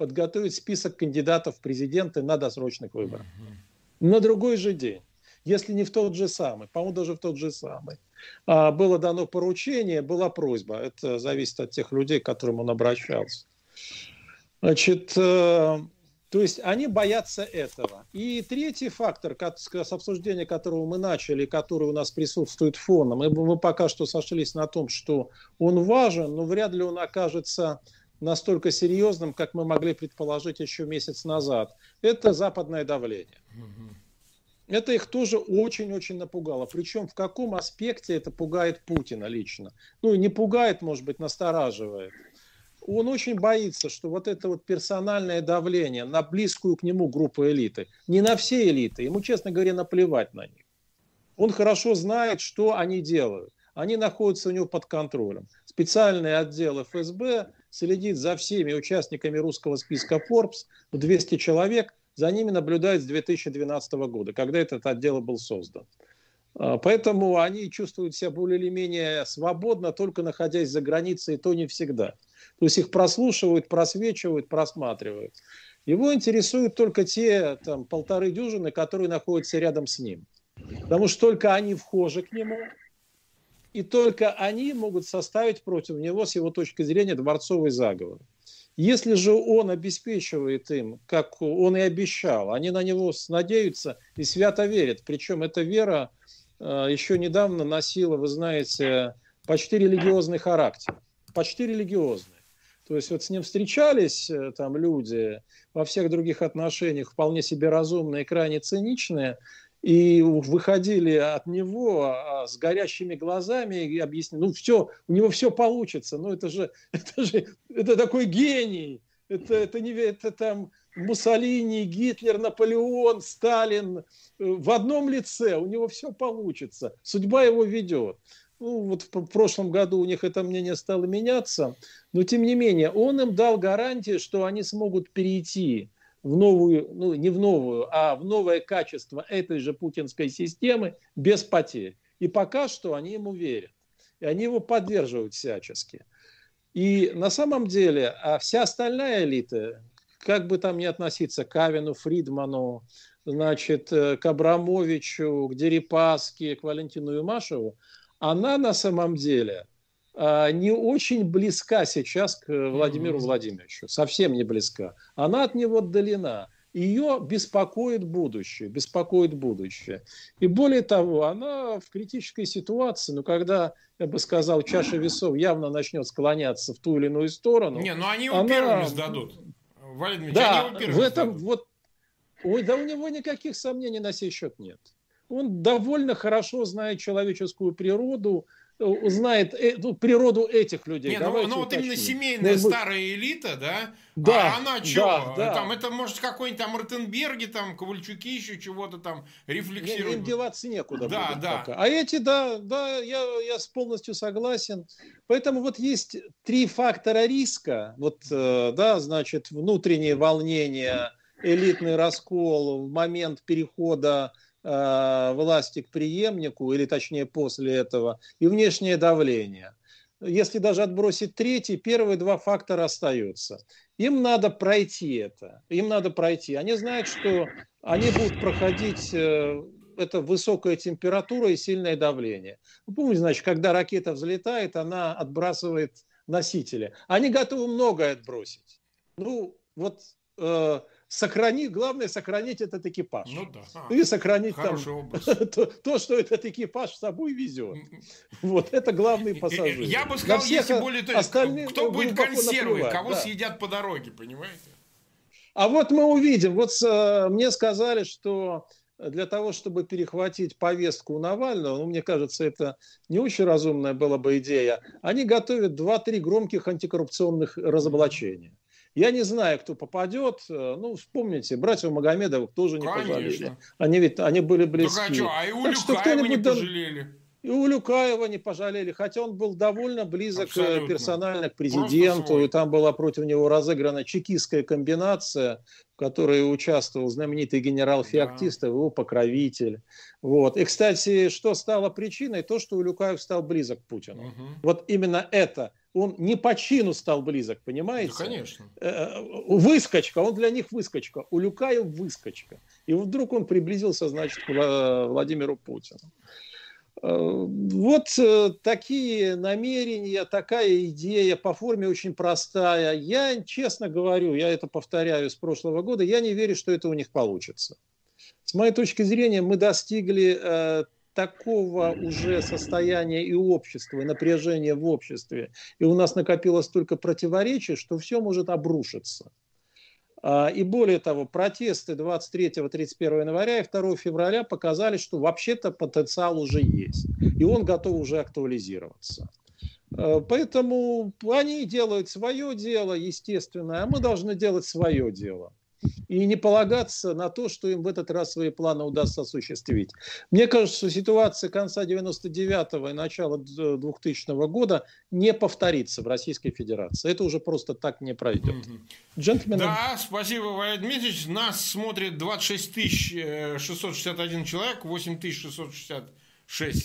подготовить список кандидатов в президенты на досрочных выборах. На другой же день, если не в тот же самый, по-моему, даже в тот же самый, было дано поручение, была просьба. Это зависит от тех людей, к которым он обращался. Значит, то есть они боятся этого. И третий фактор, с обсуждения которого мы начали, который у нас присутствует фоном, мы, мы пока что сошлись на том, что он важен, но вряд ли он окажется настолько серьезным, как мы могли предположить еще месяц назад. Это западное давление. Это их тоже очень-очень напугало. Причем в каком аспекте это пугает Путина лично? Ну, не пугает, может быть, настораживает. Он очень боится, что вот это вот персональное давление на близкую к нему группу элиты, не на все элиты, ему, честно говоря, наплевать на них. Он хорошо знает, что они делают. Они находятся у него под контролем. Специальный отдел эф эс бэ следит за всеми участниками русского списка Forbes, двести человек, за ними наблюдает с две тысячи двенадцатого года, когда этот отдел был создан. Поэтому они чувствуют себя более или менее свободно, только находясь за границей, и то не всегда. То есть их прослушивают, просвечивают, просматривают. Его интересуют только те там, полторы дюжины, которые находятся рядом с ним. Потому что только они вхожи к нему, и только они могут составить против него, с его точки зрения, дворцовый заговор. Если же он обеспечивает им, как он и обещал, они на него надеются и свято верят. Причем эта вера э, еще недавно носила, вы знаете, почти религиозный характер. Почти религиозный. То есть вот с ним встречались э, там люди во всех других отношениях вполне себе разумные, крайне циничные, и выходили от него с горящими глазами и объясняли, ну все, у него все получится, ну это же, это же, это такой гений, это, это, не, это там Муссолини, Гитлер, Наполеон, Сталин в одном лице, у него все получится, судьба его ведет. Ну вот в прошлом году у них это мнение стало меняться, но тем не менее он им дал гарантии, что они смогут перейти в новую, ну не в новую, а в новое качество этой же путинской системы без потерь. И пока что они ему верят. И они его поддерживают всячески. И на самом деле а вся остальная элита, как бы там ни относиться к Авину, Фридману, значит, к Абрамовичу, к Дерипаске, к Валентину Юмашеву, она на самом деле не очень близка сейчас к Владимиру Владимировичу, совсем не близка. Она от него отдалена. Ее беспокоит будущее, беспокоит будущее. И более того, она в критической ситуации, но когда, я бы сказал, чаша весов явно начнет склоняться в ту или иную сторону. Не, ну они его она... первыми сдадут. Валерий Дмитриевич, да, они его первыми в этом сдадут. вот, ой, да у него никаких сомнений на сей счет нет. Он довольно хорошо знает человеческую природу, знает ну, природу этих людей. Не, ну, ну вот именно семейная может быть... старая элита, да? Да, а она что? Да, да. Там, это может какой-нибудь там Ротенберги, там, Ковальчуки еще чего-то там рефлексируют. Им деваться некуда да, будет да. пока. А эти, да, да, я, я полностью согласен. Поэтому вот есть три фактора риска. Вот, да, значит, внутреннее волнение, элитный раскол в момент перехода власти к преемнику, или точнее после этого, и внешнее давление. Если даже отбросить третий, первые два фактора остаются. Им надо пройти это. Им надо пройти. Они знают, что они будут проходить это высокая температура и сильное давление. Вы помните, значит, когда ракета взлетает, она отбрасывает носители. Они готовы многое отбросить. Ну, вот... Э, Сохранить, главное сохранить этот экипаж. Ну да. А, и сохранить там, то, то, что этот экипаж с собой везет. Вот это главный пассажир. Я бы сказал, если более то, кто будет консервы, наплевать, кого да. съедят по дороге, понимаете? А вот мы увидим. Вот э, мне сказали, что для того, чтобы перехватить повестку у Навального, ну, мне кажется, это не очень разумная была бы идея, они готовят два-три громких антикоррупционных разоблачения. Я не знаю, кто попадет. Ну, вспомните, братьев Магомедовых тоже не Конечно. пожалели. Они ведь они были близки. Так, а, что? а и у Люкаева не пожалели. И у Люкаева не пожалели, хотя он был довольно близок Абсолютно. персонально к президенту, и там была против него разыграна чекистская комбинация, в которой участвовал знаменитый генерал Феоктистов, да. его покровитель. Вот. И, кстати, что стало причиной? То, что Улюкаев стал близок к Путину. Угу. Вот именно это Он не по чину стал близок, понимаете? Да, конечно. Выскочка, он для них выскочка. Улюкаев выскочка. И вдруг он приблизился, значит, к Владимиру Путину. Вот такие намерения, такая идея, по форме очень простая. Я, честно говорю, я это повторяю с прошлого года, я не верю, что это у них получится. С моей точки зрения, мы достигли э, такого уже состояния и общества, и напряжения в обществе, и у нас накопилось столько противоречий, что все может обрушиться. И более того, протесты двадцать третьего — тридцать первого января и второго февраля показали, что вообще-то потенциал уже есть. И он готов уже актуализироваться. Поэтому они делают свое дело, естественно, а мы должны делать свое дело. И не полагаться на то, что им в этот раз свои планы удастся осуществить. Мне кажется, что ситуация конца девяносто девятого и начала двухтысячного года не повторится в Российской Федерации. Это уже просто так не пройдет. Mm-hmm. Джентльмены. Да, спасибо, Валерий Дмитриевич. Нас смотрит двадцать шесть тысяч шестьсот шестьдесят один человек, восемь тысяч шестьсот шестьдесят шесть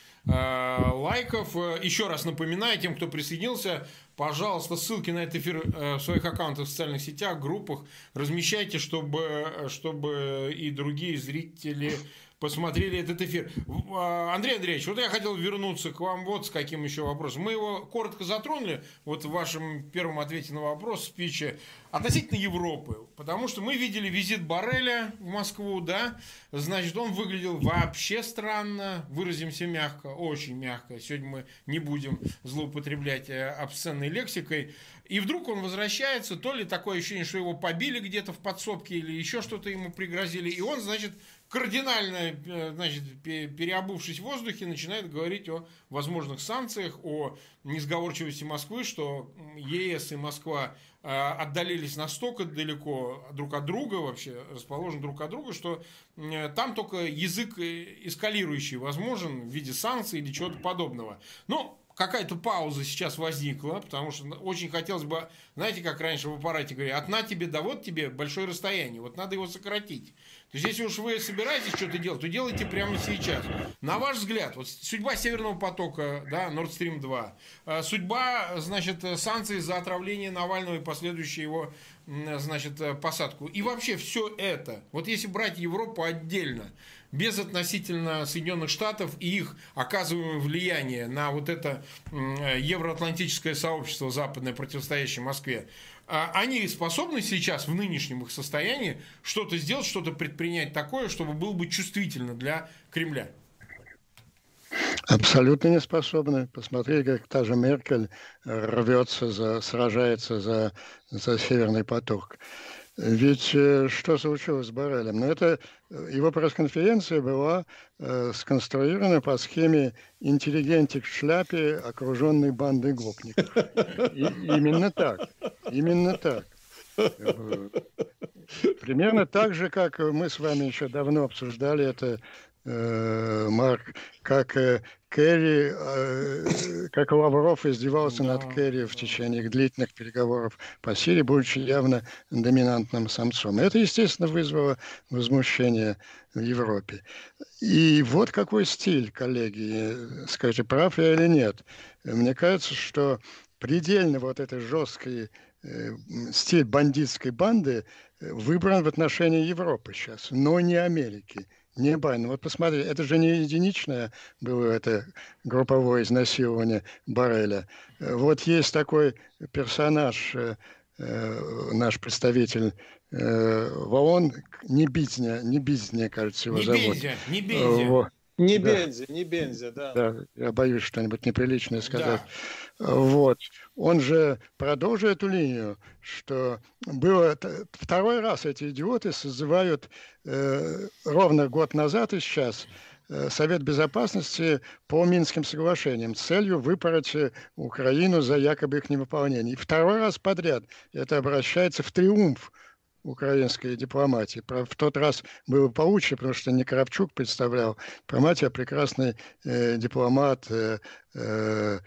лайков. Еще раз напоминаю тем, кто присоединился, пожалуйста, ссылки на этот эфир в своих аккаунтах в социальных сетях, группах размещайте, чтобы, чтобы и другие зрители посмотрели этот эфир. Андрей Андреевич, вот я хотел вернуться к вам вот с каким еще вопросом. Мы его коротко затронули вот в вашем первом ответе на вопрос в спиче относительно Европы, потому что мы видели визит Борреля в Москву, да, значит, он выглядел вообще странно, выразимся мягко, очень мягко, сегодня мы не будем злоупотреблять обсценной лексикой, и вдруг он возвращается, то ли такое ощущение, что его побили где-то в подсобке или еще что-то ему пригрозили, и он, значит, кардинально, значит, переобувшись в воздухе, начинает говорить о возможных санкциях, о несговорчивости Москвы, что ЕС и Москва отдалились настолько далеко друг от друга, вообще расположены друг от друга, что там только язык эскалирующий возможен в виде санкций или чего-то подобного. Но какая-то пауза сейчас возникла, потому что очень хотелось бы, знаете, как раньше в аппарате говорили, от на тебе, да вот тебе большое расстояние, вот надо его сократить. То есть, если уж вы собираетесь что-то делать, то делайте прямо сейчас. На ваш взгляд, вот судьба Северного потока, да, Nord Stream два, судьба, значит, санкций за отравление Навального и последующую его, значит, посадку. И вообще все это, вот если брать Европу отдельно, без относительно Соединенных Штатов и их оказываемое влияние на вот это евроатлантическое сообщество западное, противостоящее Москве, они способны сейчас в нынешнем их состоянии что-то сделать, что-то предпринять такое, чтобы было бы чувствительно для Кремля? Абсолютно не способны. Посмотри, как та же Меркель рвется, за, сражается за, за Северный поток. Ведь что случилось с Боррелем? Ну, это его пресс-конференция была э, сконструирована по схеме интеллигентик в шляпе, окруженный бандой гопников. И, именно так. Именно так. Примерно так же, как мы с вами еще давно обсуждали это, э, Марк, как э, Керри, э, как Лавров издевался да, над Керри в течение длительных переговоров по Сирии, будучи явно доминантным самцом. Это, естественно, вызвало возмущение в Европе. И вот какой стиль, коллеги, скажите, прав я или нет. Мне кажется, что предельно вот этой жесткой э, стиль бандитской банды выбран в отношении Европы сейчас, но не Америки. Не Байден. Вот посмотри, это же не единичное было это групповое изнасилование Борреля. Вот есть такой персонаж, э, наш представитель э, в ООН, Небезня, Небезня, кажется, его зовут. Небезя, Небезя. Вот. Не да. Бензи, не Бензи, да. Да, я боюсь что-нибудь неприличное сказать. Да. Вот. Он же продолжил эту линию, что было второй раз эти идиоты созывают э, ровно год назад и сейчас э, Совет Безопасности по Минским соглашениям с целью выпороть Украину за якобы их невыполнение. И второй раз подряд это обращается в триумф украинской дипломатии. В тот раз было получше, потому что не Коробчук представлял дипломатию, а прекрасный э, дипломат э, э,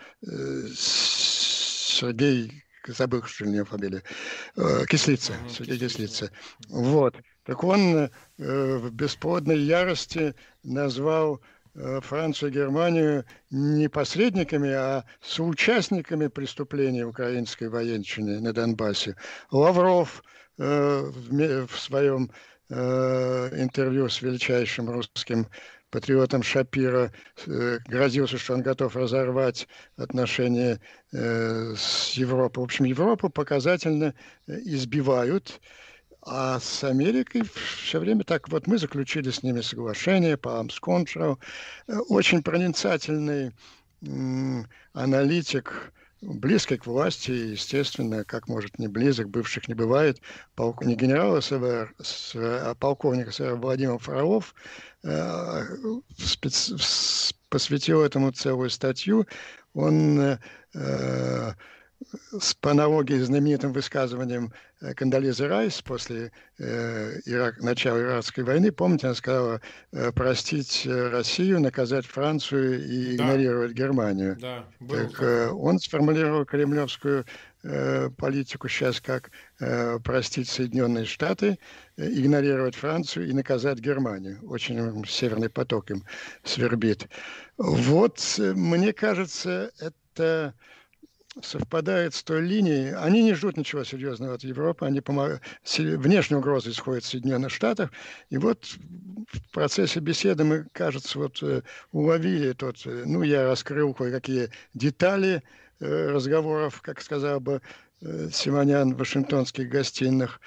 Сергей, забыл, что у него фамилия, э, Кислица, Сергей Кислица. Вот. Так он э, в бесплодной ярости назвал Францию и Германию не посредниками, а соучастниками преступлений украинской военщины на Донбассе. Лавров э, в, в своем э, интервью с величайшим русским патриотом Шапиро э, грозился, что он готов разорвать отношения э, с Европой. В общем, Европу показательно избивают. А с Америкой все время так вот мы заключили с ними соглашение по Амсконтру. Очень проницательный м, аналитик, близкий к власти, естественно, как может не близок, бывших не бывает, полк... не генерал СВР, а полковник СВР Владимир Фролов э, спец... посвятил этому целую статью. Он э, по аналогии с знаменитым высказыванием Кондолизы Райс после э, Ирак, начала Иракской войны, помните, она сказала э, простить Россию, наказать Францию и да. игнорировать Германию. Да, так, э, он сформулировал кремлевскую э, политику сейчас как э, простить Соединенные Штаты, э, игнорировать Францию и наказать Германию. Очень Северный поток им свербит. Вот, мне кажется, это совпадает с той линией. Они не ждут ничего серьезного от Европы, они помогают. Внешняя угроза исходит из Соединенных Штатов. И вот в процессе беседы мы, кажется, вот уловили тот, ну, я раскрыл кое-какие детали разговоров, как сказал бы Симонян, в вашингтонских гостиных.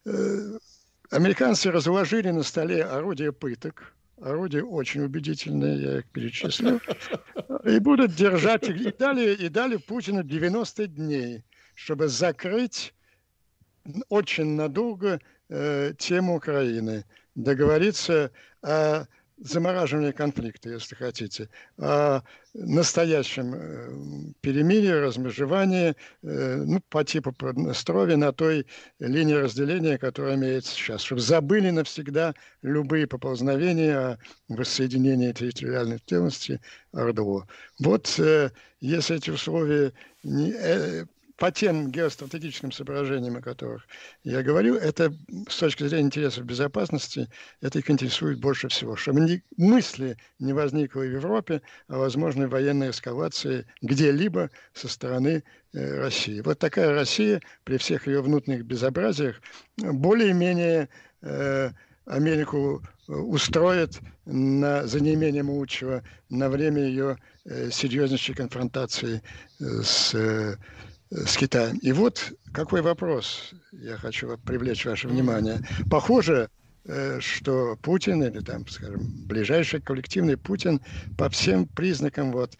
Американцы разложили на столе орудия пыток. Орудия очень убедительные, я их перечислил. И будут держать, и дали, и дали Путину девяносто дней, чтобы закрыть очень надолго э, тему Украины, договориться о замораживании конфликта, если хотите, о настоящем э, перемирии, размежевании, э, ну, по типу Приднестровья на той линии разделения, которая имеется сейчас, чтобы забыли навсегда любые поползновения о воссоединении территориальной целостности ОРДЛО. Вот э, если эти условия не, э, по тем геостратегическим соображениям, о которых я говорю, это с точки зрения интересов безопасности, это их интересует больше всего. Чтобы ни, мысли не возникло в Европе о возможной военной эскалации где-либо со стороны э, России. Вот такая Россия при всех ее внутренних безобразиях более-менее э, Америку устроит на, за неимением лучшего на время ее э, серьезнейшей конфронтации э, с э, с Китаем. И вот какой вопрос я хочу привлечь ваше внимание. Похоже, что Путин или там, скажем, ближайший коллективный Путин по всем признакам вот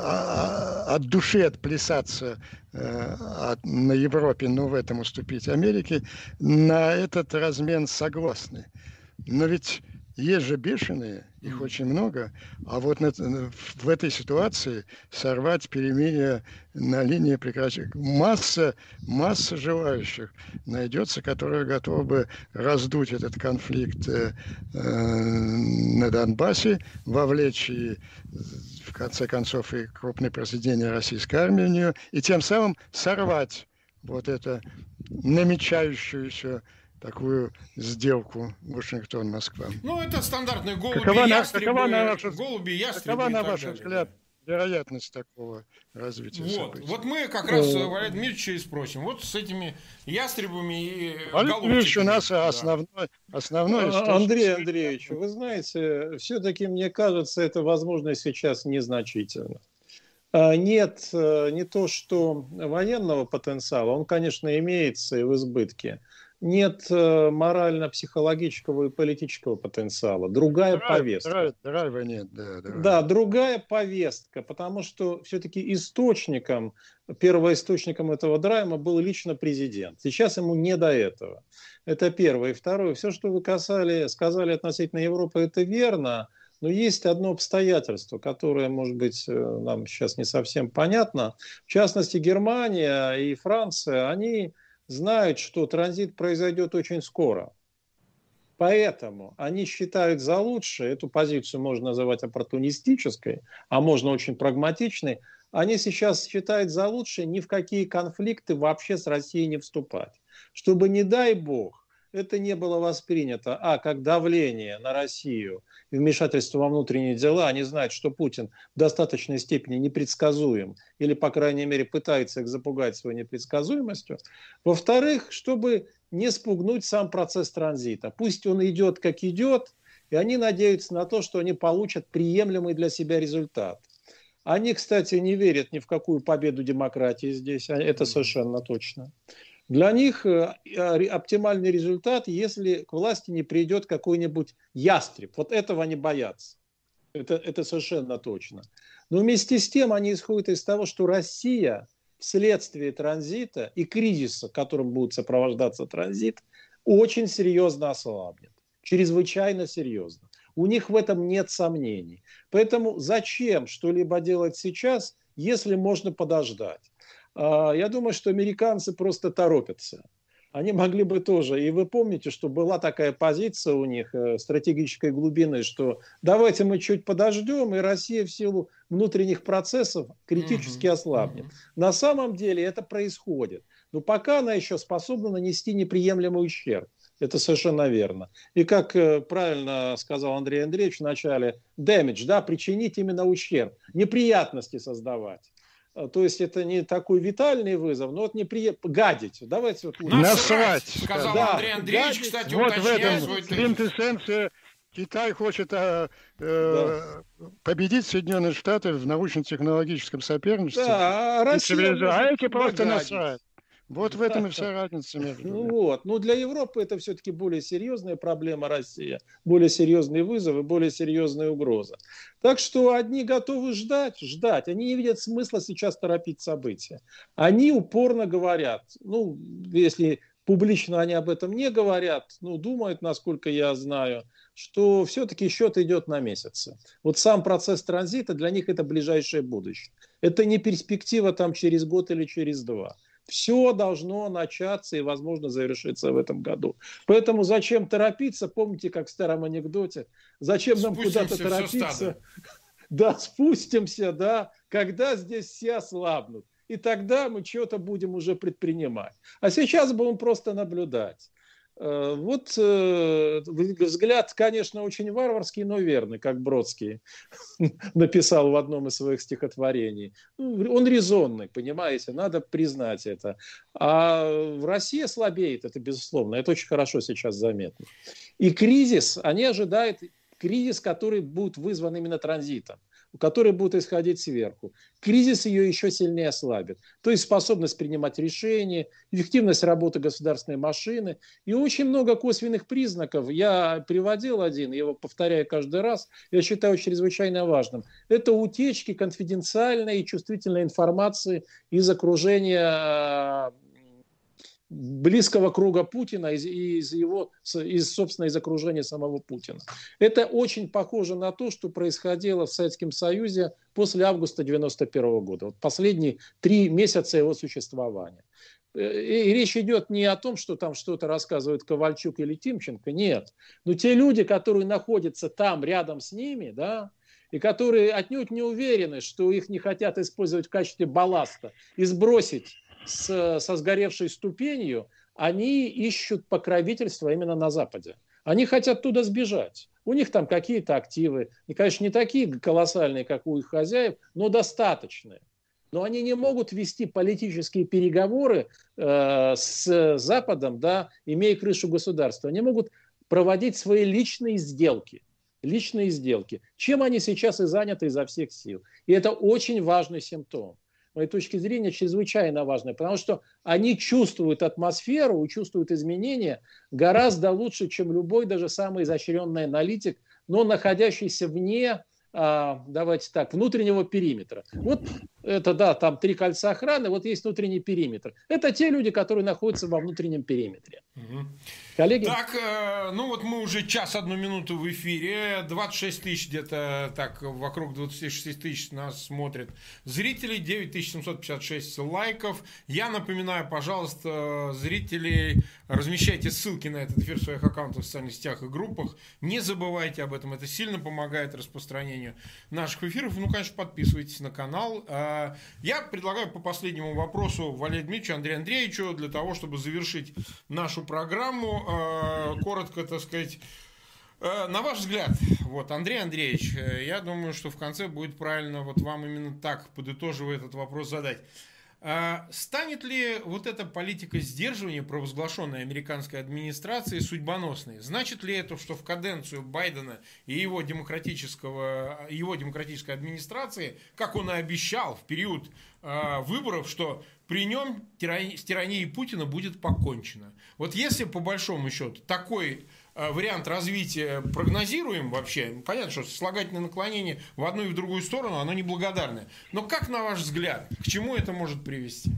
от души отплясаться от, на Европе, но в этом уступить Америке, на этот размен согласны. Но ведь есть же бешеные, их очень много, а вот на, в этой ситуации сорвать перемирие на линии прекращения. Масса, масса желающих найдется, которые готовы бы раздуть этот конфликт э, э, на Донбассе, вовлечь и, в конце концов, и крупное произведение российской армии в нее, и тем самым сорвать вот это намечающуюся такую сделку Вашингтон-Москва. Ну, это стандартные голуби, какова ястребы, какова на ваш, голуби, ястребы какова, на ваш взгляд, вероятность такого развития вот, событий? Вот мы как раз О. Валерия Дмитриевича и спросим. Вот с этими ястребами и Валерий Дмитриевич у нас да. основной, основной Андрей Андреевич, вы знаете, все-таки, мне кажется, это возможно сейчас незначительно. Нет, не то, что военного потенциала, он, конечно, имеется и в избытке. Нет морально-психологического и политического потенциала. Другая драйв, повестка. Драйв, драйва нет, да, драйва. Да, другая повестка, потому что все-таки источником, первоисточником этого драйва был лично президент. Сейчас ему не до этого. Это первое. И второе. Все, что вы касали, сказали относительно Европы, это верно. Но есть одно обстоятельство, которое, может быть, нам сейчас не совсем понятно. В частности, Германия и Франция, они знают, что транзит произойдет очень скоро. Поэтому они считают за лучшее, эту позицию можно называть оппортунистической, а можно очень прагматичной, они сейчас считают за лучшее ни в какие конфликты вообще с Россией не вступать. Чтобы, не дай бог, это не было воспринято, а, как давление на Россию и вмешательство во внутренние дела. Они знают, что Путин в достаточной степени непредсказуем, или, по крайней мере, пытается их запугать своей непредсказуемостью. Во-вторых, чтобы не спугнуть сам процесс транзита. Пусть он идет, как идет, и они надеются на то, что они получат приемлемый для себя результат. Они, кстати, не верят ни в какую победу демократии здесь, это совершенно точно. Для них оптимальный результат, если к власти не придет какой-нибудь ястреб. Вот этого они боятся. Это, это совершенно точно. Но вместе с тем они исходят из того, что Россия вследствие транзита и кризиса, которым будет сопровождаться транзит, очень серьезно ослабнет. Чрезвычайно серьезно. У них в этом нет сомнений. Поэтому зачем что-либо делать сейчас, если можно подождать? Я думаю, что американцы просто торопятся. Они могли бы тоже. И вы помните, что была такая позиция у них стратегической глубины, что давайте мы чуть подождем, и Россия в силу внутренних процессов критически mm-hmm. ослабнет. Mm-hmm. На самом деле это происходит. Но пока она еще способна нанести неприемлемый ущерб. Это совершенно верно. И как правильно сказал Андрей Андреевич в начале, damage, да, причинить именно ущерб, неприятности создавать. То есть это не такой витальный вызов, но вот неприятно гадить. Давайте вот насрать, сказал да, Андрей Андреевич, гадить. Кстати, вот в этом квинтэссенция. Китай хочет э, э, да. победить Соединенные Штаты в научно-технологическом соперничестве. Да, а Россия а эти просто насрать. Вот в этом и вся разница между ну вот. Но для Европы это все-таки более серьезная проблема Россия, более серьезный вызов и более серьезная угроза. Так что одни готовы ждать, ждать. Они не видят смысла сейчас торопить события. Они упорно говорят, ну, если публично они об этом не говорят, ну, думают, насколько я знаю, что все-таки счет идет на месяцы. Вот сам процесс транзита для них это ближайшее будущее. Это не перспектива там через год или через два. Все должно начаться и, возможно, завершиться в этом году. Поэтому зачем торопиться? Помните, как в старом анекдоте, зачем нам куда-то торопиться? Да, спустимся, да, когда здесь все ослабнут. И тогда мы что-то будем уже предпринимать. А сейчас будем просто наблюдать. Вот взгляд, конечно, очень варварский, но верный, как Бродский написал в одном из своих стихотворений. Он резонный, понимаете, надо признать это. А в России слабеет, это безусловно, это очень хорошо сейчас заметно. И кризис, они ожидают кризис, который будет вызван именно транзитом, который будет исходить сверху. Кризис ее еще сильнее ослабит. То есть способность принимать решения, эффективность работы государственной машины. И очень много косвенных признаков. Я приводил один, я его повторяю каждый раз, я считаю чрезвычайно важным. Это утечки конфиденциальной и чувствительной информации из окружения близкого круга Путина и из его, из, собственно, из окружения самого Путина. Это очень похоже на то, что происходило в Советском Союзе после августа девяносто первого года. Вот последние три месяца его существования. И речь идет не о том, что там что-то рассказывают Ковальчук или Тимченко, нет. Но те люди, которые находятся там, рядом с ними, да, и которые отнюдь не уверены, что их не хотят использовать в качестве балласта и сбросить С, со сгоревшей ступенью, они ищут покровительство именно на Западе. Они хотят туда сбежать. У них там какие-то активы, и, конечно, не такие колоссальные, как у их хозяев, но достаточные. Но они не могут вести политические переговоры э, с Западом, да, имея крышу государства. Они могут проводить свои личные сделки. Личные сделки. Чем они сейчас и заняты изо всех сил. И это очень важный симптом. С моей точки зрения, чрезвычайно важно, потому что они чувствуют атмосферу и чувствуют изменения гораздо лучше, чем любой, даже самый изощренный аналитик, но находящийся вне, а, давайте так, внутреннего периметра. Вот это, да, там три кольца охраны, вот есть внутренний периметр. Это те люди, которые находятся во внутреннем периметре. Угу. Коллеги? Так, э, ну вот мы уже час, одну минуту в эфире, двадцать шесть тысяч где-то, так, вокруг двадцать шесть тысяч нас смотрят зрителей, девять тысяч семьсот пятьдесят шесть лайков. Я напоминаю, пожалуйста, зрители, размещайте ссылки на этот эфир в своих аккаунтах в социальных сетях и группах. Не забывайте об этом, это сильно помогает распространению наших эфиров. Ну, конечно, подписывайтесь на канал. Я предлагаю по последнему вопросу Валерию Дмитриевичу, Андрею Андреевичу, для того, чтобы завершить нашу программу, коротко, так сказать, на ваш взгляд, вот, Андрей Андреевич, я думаю, что в конце будет правильно вот вам именно так, подытоживая этот вопрос, задать. Станет ли вот эта политика сдерживания, провозглашенная американской администрацией, судьбоносной? Значит ли это, что в каденцию Байдена и его, демократического, его демократической администрации, как он и обещал в период выборов, что при нем с тиранией Путина будет покончено? Вот если по большому счету такой вариант развития прогнозируем вообще, понятно, что слагательное наклонение в одну и в другую сторону, оно неблагодарное. Но как, на ваш взгляд, к чему это может привести?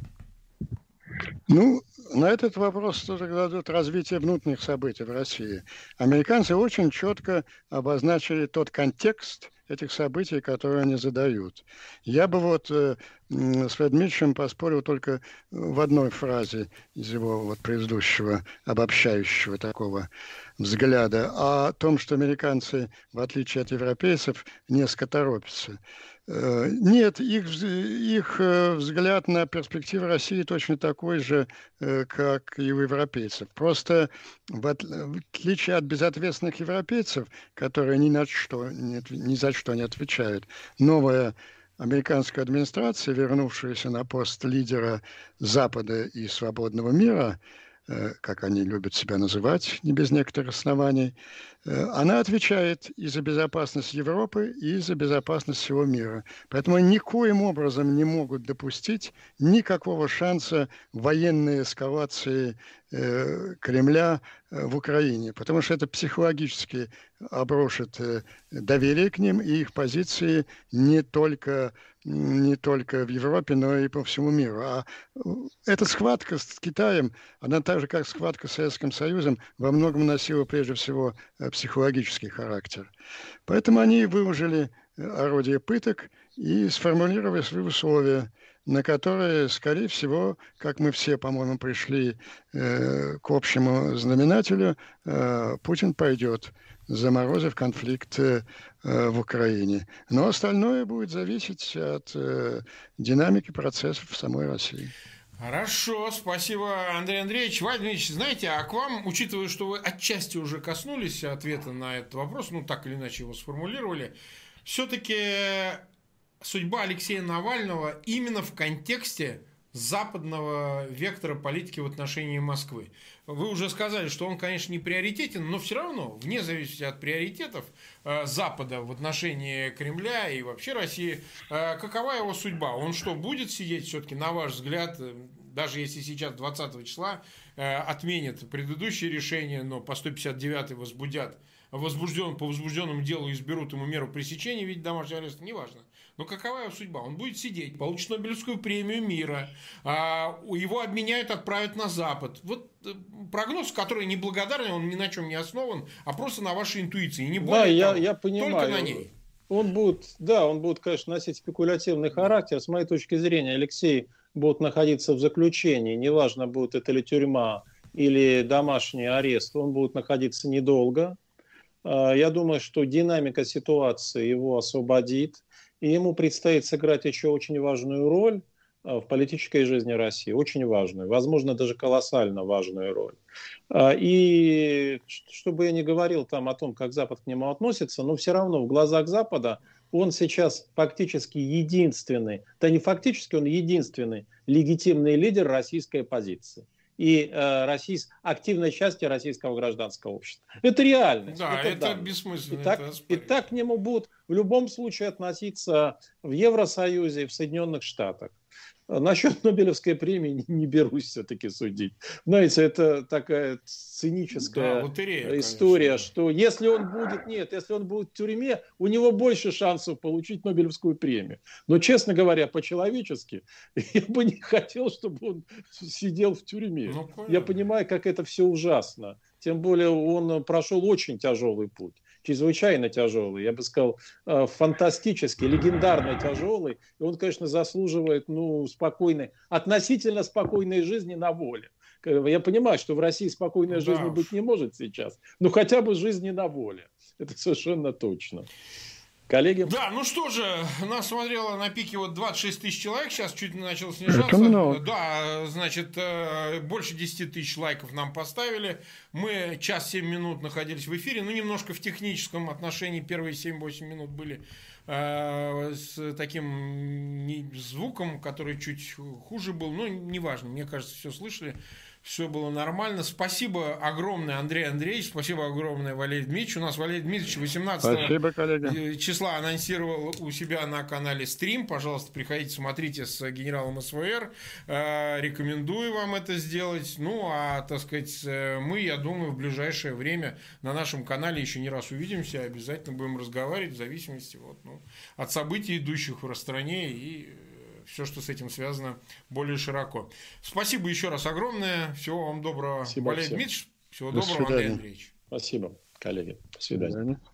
Ну, на этот вопрос тоже кладут развитие внутренних событий в России. Американцы очень четко обозначили тот контекст этих событий, которые они задают. Я бы вот э, с Владимировичем поспорил только в одной фразе из его вот предыдущего обобщающего такого взгляда, о том, что американцы, в отличие от европейцев, несколько торопятся. Э, нет, их, их взгляд на перспективы России точно такой же, э, как и у европейцев. Просто в, от, в отличие от безответственных европейцев, которые ни на что, ни, ни за что не отвечают, новая американская администрация, вернувшаяся на пост лидера Запада и свободного мира, как они любят себя называть, не без некоторых оснований, она отвечает и за безопасность Европы, и за безопасность всего мира. Поэтому они никоим образом не могут допустить никакого шанса военной эскалации э, Кремля в Украине, потому что это психологически обрушит э, доверие к ним и их позиции не только, не только в Европе, но и по всему миру. А эта схватка с Китаем, она так же, как схватка с Советским Союзом, во многом носила прежде всего психологический характер. Поэтому они выложили орудие пыток и сформулировали свои условия, на которые, скорее всего, как мы все, по-моему, пришли э, к общему знаменателю, э, Путин пойдет, заморозив конфликт э, в Украине. Но остальное будет зависеть от э, динамики процессов в самой России. Хорошо, спасибо, Андрей Андреевич. Владимир Ильич, знаете, а к вам, учитывая, что вы отчасти уже коснулись ответа на этот вопрос, ну, так или иначе его сформулировали, все-таки судьба Алексея Навального именно в контексте западного вектора политики в отношении Москвы. Вы уже сказали, что он, конечно, не приоритетен, но все равно, вне зависимости от приоритетов Запада в отношении Кремля и вообще России, какова его судьба? Он что, будет сидеть все-таки, на ваш взгляд, даже если сейчас двадцатого числа отменят предыдущее решение, но по сто пятьдесят девятой возбудят, возбужден, по возбужденному делу изберут ему меру пресечения в виде домашнего ареста, неважно. Но какова его судьба? Он будет сидеть, получит Нобелевскую премию мира, его обменяют, отправят на Запад. Вот прогноз, который неблагодарный, он ни на чем не основан, а просто на вашей интуиции. Не более да, я, того, я понимаю. Только на ней. Он будет, да, он будет, конечно, носить спекулятивный характер. С моей точки зрения, Алексей будет находиться в заключении. Неважно, будет это ли тюрьма или домашний арест, он будет находиться недолго. Я думаю, что динамика ситуации его освободит. И ему предстоит сыграть еще очень важную роль в политической жизни России. Очень важную, возможно, даже колоссально важную роль. И чтобы я не говорил там о том, как Запад к нему относится, но все равно в глазах Запада он сейчас фактически единственный, да не фактически, он единственный легитимный лидер российской оппозиции и э, российс... активной части российского гражданского общества. Это реальность. Да, это, это бессмысленно. И так, это и так к нему будут в любом случае относиться в Евросоюзе и в Соединенных Штатах. Насчет Нобелевской премии не берусь все-таки судить. Знаете, это такая циническая да, лотерея, история, конечно. Что если он будет, нет, если он будет в тюрьме, у него больше шансов получить Нобелевскую премию. Но, честно говоря, по-человечески, я бы не хотел, чтобы он сидел в тюрьме. Ну, я понимаю, как это все ужасно. Тем более он прошел очень тяжелый путь. Чрезвычайно тяжелый, я бы сказал, фантастически, легендарно тяжелый. И он, конечно, заслуживает ну, спокойной, относительно спокойной жизни на воле. Я понимаю, что в России спокойной да жизни уж. быть не может сейчас, но хотя бы жизни на воле. Это совершенно точно. Коллеги? Да, ну что же, нас смотрело на пике вот двадцать шесть тысяч человек, сейчас чуть начал снижаться. Это много. Да, значит, больше десять тысяч лайков нам поставили. Мы час семь минут находились в эфире, ну, немножко в техническом отношении первые семь-восемь минут были э, с таким звуком, который чуть хуже был, но неважно, мне кажется, все слышали. Все было нормально. Спасибо огромное, Андрей Андреевич. Спасибо огромное, Валерий Дмитриевич. У нас Валерий Дмитриевич восемнадцатого числа анонсировал у себя на канале стрим. Пожалуйста, приходите, смотрите с генералом СВР. Рекомендую вам это сделать. Ну, а, так сказать, мы, я думаю, в ближайшее время на нашем канале еще не раз увидимся. Обязательно будем разговаривать в зависимости вот, ну, от событий, идущих в стране и все, что с этим связано, более широко. Спасибо еще раз огромное. Всего вам доброго, Спасибо Валерий всем. Дмитриевич. Всего До доброго, свидания. Андрей Андреевич. Спасибо, коллеги. До свидания. До свидания.